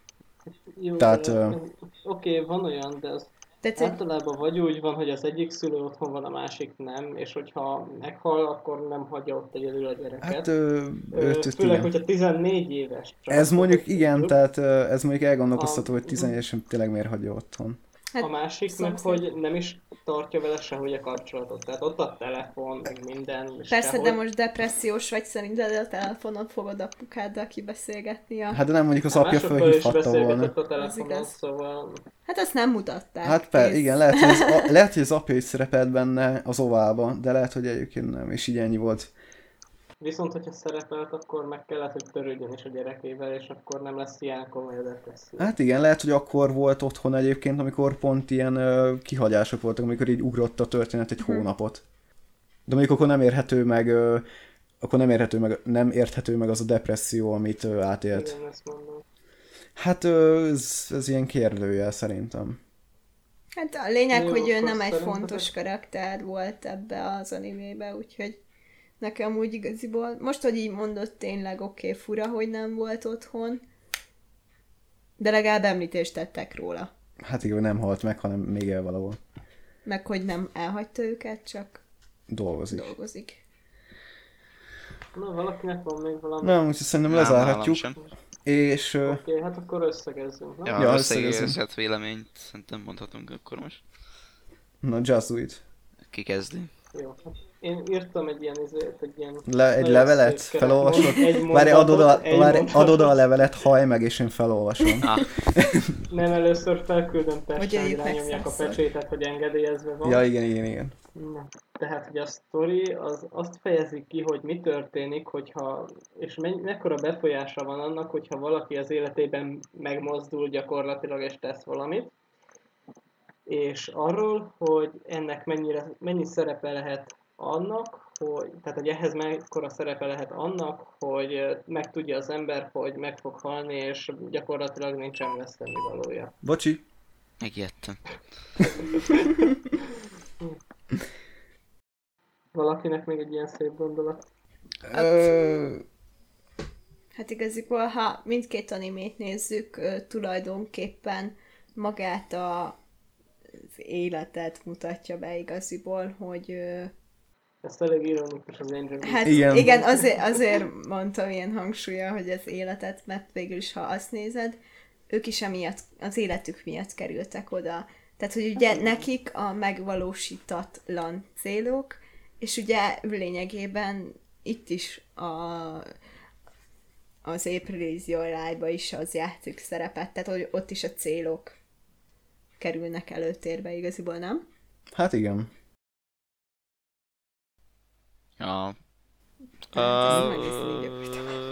Jó, Tehát, oké, van olyan, de az Tehát, általában vagy úgy van, hogy az egyik szülő otthon van, a másik nem, és hogyha meghal, akkor nem hagyja ott egyedül a gyereket. Hát Főleg, igen. hogyha 14 éves. csak Ez mondjuk akkor igen, tudjuk. tehát ez mondjuk elgondolkoztató, hogy A- 14-esen tényleg miért hagyja otthon. A másik meg, szomszéd. hogy nem is tartja vele sehogy a kapcsolatot. Tehát ott a telefon, meg minden. És persze, sehogy. de most depressziós vagy, szerinted a telefonon fogod apukáddal kibeszélgetni a... Hát de nem mondjuk az Hát apja másokkal is fölhívhatta volna. beszélgetett a Az telefonon, igaz. szóval... Hát azt nem mutatták. Hát Kész. igen, lehet, hogy az apja is szerepelt benne az ovába, de lehet, hogy egyébként nem, és így ennyi volt. Viszont, hogyha szerepelt, akkor meg kellett, hogy törődjön is a gyerekével, és akkor nem lesz ilyen komoly a depresszió. Hát igen, lehet, hogy akkor volt otthon egyébként, amikor pont ilyen kihagyások voltak, amikor így ugrott a történet egy hónapot. De mondjuk akkor nem érhető meg, nem érthető meg az a depresszió, amit átélt. Igen, ezt mondom. Hát ez ilyen kérdőjel szerintem. Hát a lényeg, Jó, hogy ő akkor nem egy szerintetek- fontos karakter volt ebbe az animébe, úgyhogy nekem úgy igaziból, most, hogy így mondott, tényleg oké, fura, hogy nem volt otthon, de legalább említést tettek róla. Hát igen, nem halt meg, hanem még él valahol. Meg, hogy nem elhagyta őket, csak Dolgozik. dolgozik. Na, valakinek van még valami? Na, úgyhogy szerintem Nem, nálam lezárhatjuk. sem. És Oké, hát akkor összegezzünk, nem? Ja, Ja, összegezett véleményt szerintem mondhatunk akkor most. na, just do it. Ki kezdi? Jó. Hát én írtam egy ilyen egy ilyen... Egy nagyon levelet szép felolvasod? keretmondat, egy Várj, mondatot, egy mondatot. adod a levelet, hajj meg, és én felolvasom. Nem, először felküldöm Hogy Pestre, hogy öljük meg rányomják a százszor. pecsétet, hogy engedélyezve van. Ja, igen. Na, tehát, hogy a sztori az azt fejezi ki, hogy mi történik, hogyha, és mekkora befolyása van annak, hogyha valaki az életében megmozdul gyakorlatilag és tesz valamit. és arról, hogy ennek mennyi szerepe lehet annak, tehát hogy ehhez mekkora szerepe lehet annak, hogy megtudja az ember, hogy meg fog halni, és gyakorlatilag nincsen vesztenivalója. Bocsi. Megijedtem. Valakinek még egy ilyen szép gondolat? Hát igaziból, ha mindkét animét nézzük, tulajdonképpen magát az életet mutatja be igaziból, hogy... Ezt elég ironikus az Angel Beats. Hát igen azért mondtam ilyen hangsúlya, hogy az életet, mert végül is, ha azt nézed, ők is emiatt, az életük miatt kerültek oda. Tehát, hogy ugye nekik a megvalósítatlan célok, és ugye lényegében itt is az April is Your Lie-ba is az játszik szerepet, tehát hogy ott is a célok kerülnek előtérbe igaziból, nem? Hát igen. Ja. Hát ez egészen így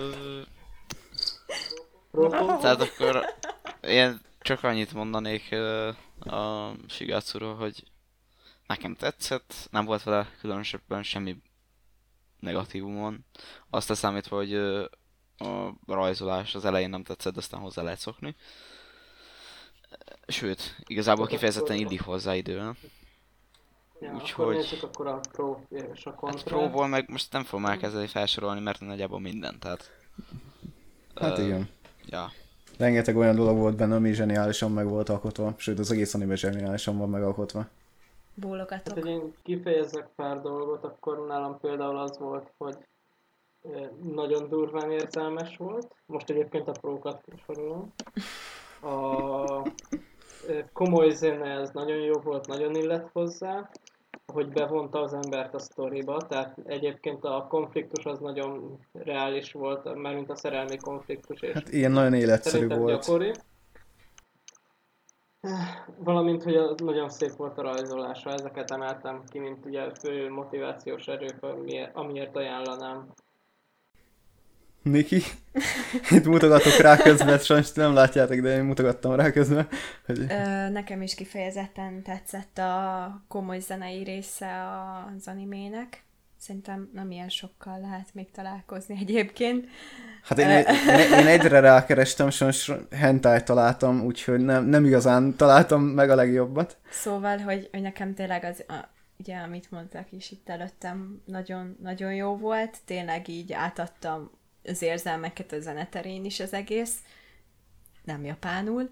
Tehát akkor én csak annyit mondanék a Shigatsuról, hogy nekem tetszett, nem volt vele különösebben semmi negatívumon. Azt leszámítva, hogy a rajzolás az elején nem tetszett, aztán hozzá lehet szokni. Sőt, igazából kifejezetten illik hozzá időn. Ja, Úgyhogy... akkor nézzük akkor a Pro és a Contra. Hát Pro-ból meg most nem fogom elkezdeni felsorolni, mert nagyjából minden, tehát... Hát igen. Ja. Rengeteg olyan dolog volt benne, ami zseniálisan meg volt alkotva, sőt az egész anime zseniálisan van megalkotva. Bólogatok. Hát, hogy én kifejezzek pár dolgot, akkor nálam például az volt, hogy nagyon durván érzelmes volt. Most egyébként a Pro-kat sorolom. A komoly zene, ez nagyon jó volt, nagyon illett hozzá, hogy bevonta az embert a sztoriba, tehát egyébként a konfliktus az nagyon reális volt, mármint a szerelmi konfliktus, és Hát ilyen nagyon életszerű szerintem volt. gyakori. Valamint, hogy nagyon szép volt a rajzolása, ezeket emeltem ki, mint ugye fő motivációs erők, amiért ajánlanám. Niki? Itt mutogatok rá közben, sajnos nem látjátok, de én mutogattam rá közben. Hogy... Nekem is kifejezetten tetszett a komoly zenei része az animének. Szerintem nem ilyen sokkal lehet még találkozni egyébként. Hát én egyre rákerestem, sajnos hentai találtam, úgyhogy nem igazán találtam meg a legjobbat. Szóval, hogy nekem tényleg ugye, amit mondtak is itt előttem, nagyon, nagyon jó volt. Tényleg így átadtam az érzelmeket a zeneterén is az egész. Nem japánul.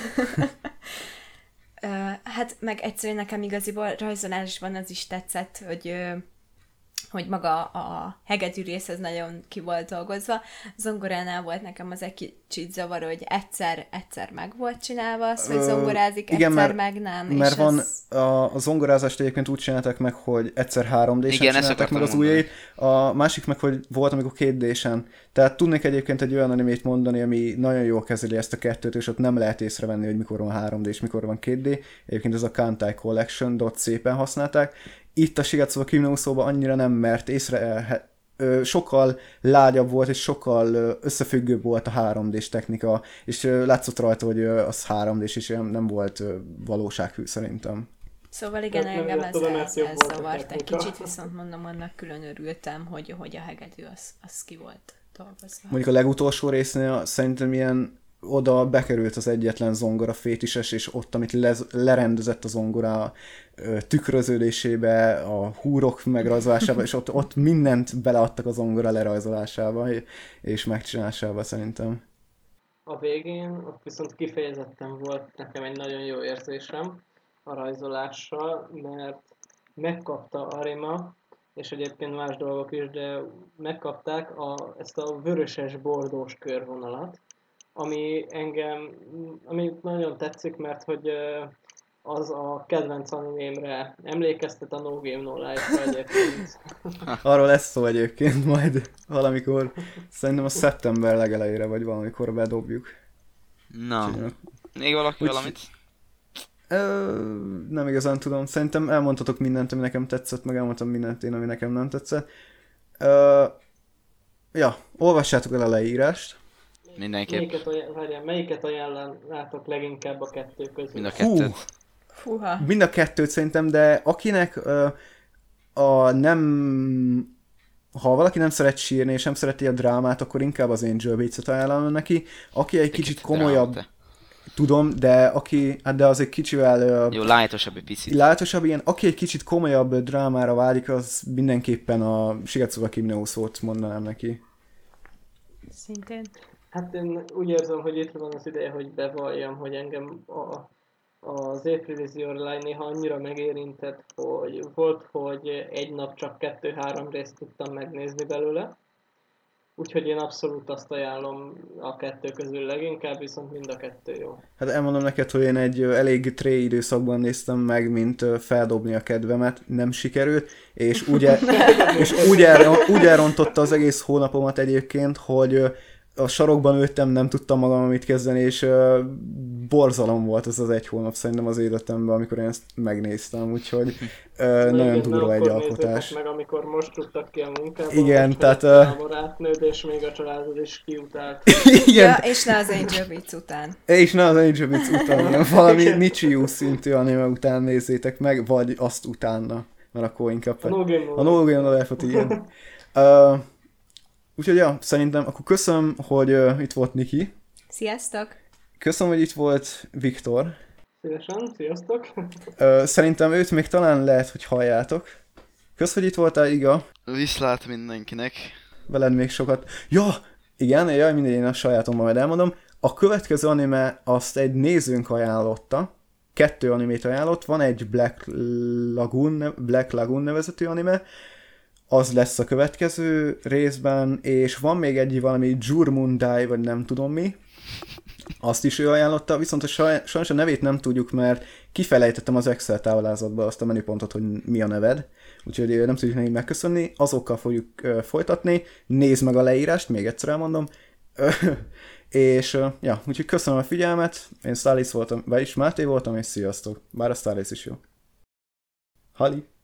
Hát meg egyszerűen nekem igaziból rajzolásban az is tetszett, hogy maga a hegedű rész az nagyon ki volt dolgozva. Zongoránál volt nekem az egy kicsit zavaró, hogy egyszer meg volt csinálva az, hogy zongorázik, igen, egyszer meg nem. Mert és van a zongorázást egyébként úgy csináltak meg, hogy egyszer 3D-sen csináltak meg az ujjait, a másik meg, hogy volt, amikor 2D-sen. Tehát tudnék egyébként egy olyan animét mondani, ami nagyon jól kezeli ezt a kettőt, és ott nem lehet észrevenni, hogy mikor van 3D és mikor van 2D. Egyébként ez a Kantai Collection, ott szépen használták. Itt a Shigatsu Kimi no Uso-ban annyira nem, mert sokkal lágyabb volt, és sokkal összefüggőbb volt a 3D-s technika, és látszott rajta, hogy az 3D-s, és nem volt valósághű szerintem. Szóval igen, Tehát engem nem tudom, ez jobb volt a zavart egy technika. kicsit, viszont mondom, annak külön örültem, hogy a hegedű az ki volt dolgozva. Mondjuk a legutolsó résznél szerintem ilyen oda bekerült az egyetlen zongora fétises, és ott, amit lerendezett a zongora tükröződésébe, a húrok megrajzolásába, és ott mindent beleadtak a zongora lerajzolásába, és megcsinálásába szerintem. A végén ott viszont kifejezetten volt nekem egy nagyon jó érzésem a rajzolással, mert megkapta Arima, és egyébként más dolgok is, de megkapták ezt a vöröses bordós körvonalat, ami nagyon tetszik, mert hogy az a kedvenc animémre emlékeztet, a No Game No Life-ra egyébként. Arról lesz szó egyébként majd valamikor, szerintem a szeptember legelejére, vagy valamikor bedobjuk. Na, még valaki valamit? Nem igazán tudom. Szerintem elmondhatok mindent, ami nekem tetszett, meg elmondtam mindent én, ami nekem nem tetszett. Olvassátok el a leírást. Mindenképp. Melyiket ajánlanátok leginkább a kettő közül? Mind a kettőt. Fúha. Mind a kettőt szerintem, de akinek ha valaki nem szeret sírni, és nem szereti a drámát, akkor inkább az Angel Beats-et ajánlom neki. Aki egy kicsit komolyabb, tudom, de de az egy kicsivel... Jó, lájtosabb egy picit. Lájtosabb, igen. Aki egy kicsit komolyabb drámára válik, az mindenképpen a Shigetsu wa Kimi no Uso-t mondanám neki. Szintén. Hát én úgy érzem, hogy itt van az ideje, hogy bevalljam, hogy engem az April is Your Lie néha annyira megérintett, hogy volt, hogy egy nap csak 2-3 részt tudtam megnézni belőle. Úgyhogy én abszolút azt ajánlom a kettő közül leginkább, viszont mind a kettő jó. Hát elmondom neked, hogy én egy elég tré időszakban néztem meg, mint feldobni a kedvemet, nem sikerült, és úgy elrontotta az egész hónapomat egyébként, hogy a sarokban ültem, nem tudtam magam mit kezdeni, és borzalom volt ez az egy hónap szerintem az életemben, amikor én ezt megnéztem, úgyhogy nagyon durva egy alkotás. Meg amikor most tudtak ki a munkából, igen, tehát... A barátnőd, és még a családod is kiutált. Igen. Ja, és ne az Angel Beats után. És ne az Angel Beats után, hanem valami Nichiu szintű anime után nézzétek meg, vagy azt utána, mert akkor inkább... A No Game No Life-ot, igen. Úgyhogy ja, szerintem akkor köszönöm, hogy itt volt Niki. Sziasztok! Köszönöm, hogy itt volt Viktor. Szívesen, sziasztok! Szerintem őt még talán lehet, hogy halljátok. Kösz, hogy itt voltál, Iga. Viszlát mindenkinek. Veled még sokat. Ja, igen, jaj, mindegy, én a sajátomban majd elmondom. A következő anime azt egy nézőnk ajánlotta. 2 animét ajánlott. Van egy Black Lagoon nevezetű anime. Az lesz a következő részben, és van még egy valami Jurmundai, vagy nem tudom mi. Azt is ő ajánlotta, viszont sajnos a nevét nem tudjuk, mert kifelejtettem az Excel táblázatba azt a menüpontot, hogy mi a neved. Úgyhogy nem tudjuk neki megköszönni, azokkal fogjuk folytatni. Nézd meg a leírást, még egyszer elmondom. És ja, úgyhogy köszönöm a figyelmet. Én Stalis voltam, vagyis Máté voltam, és sziasztok. Bár a Stalis is jó. Hali!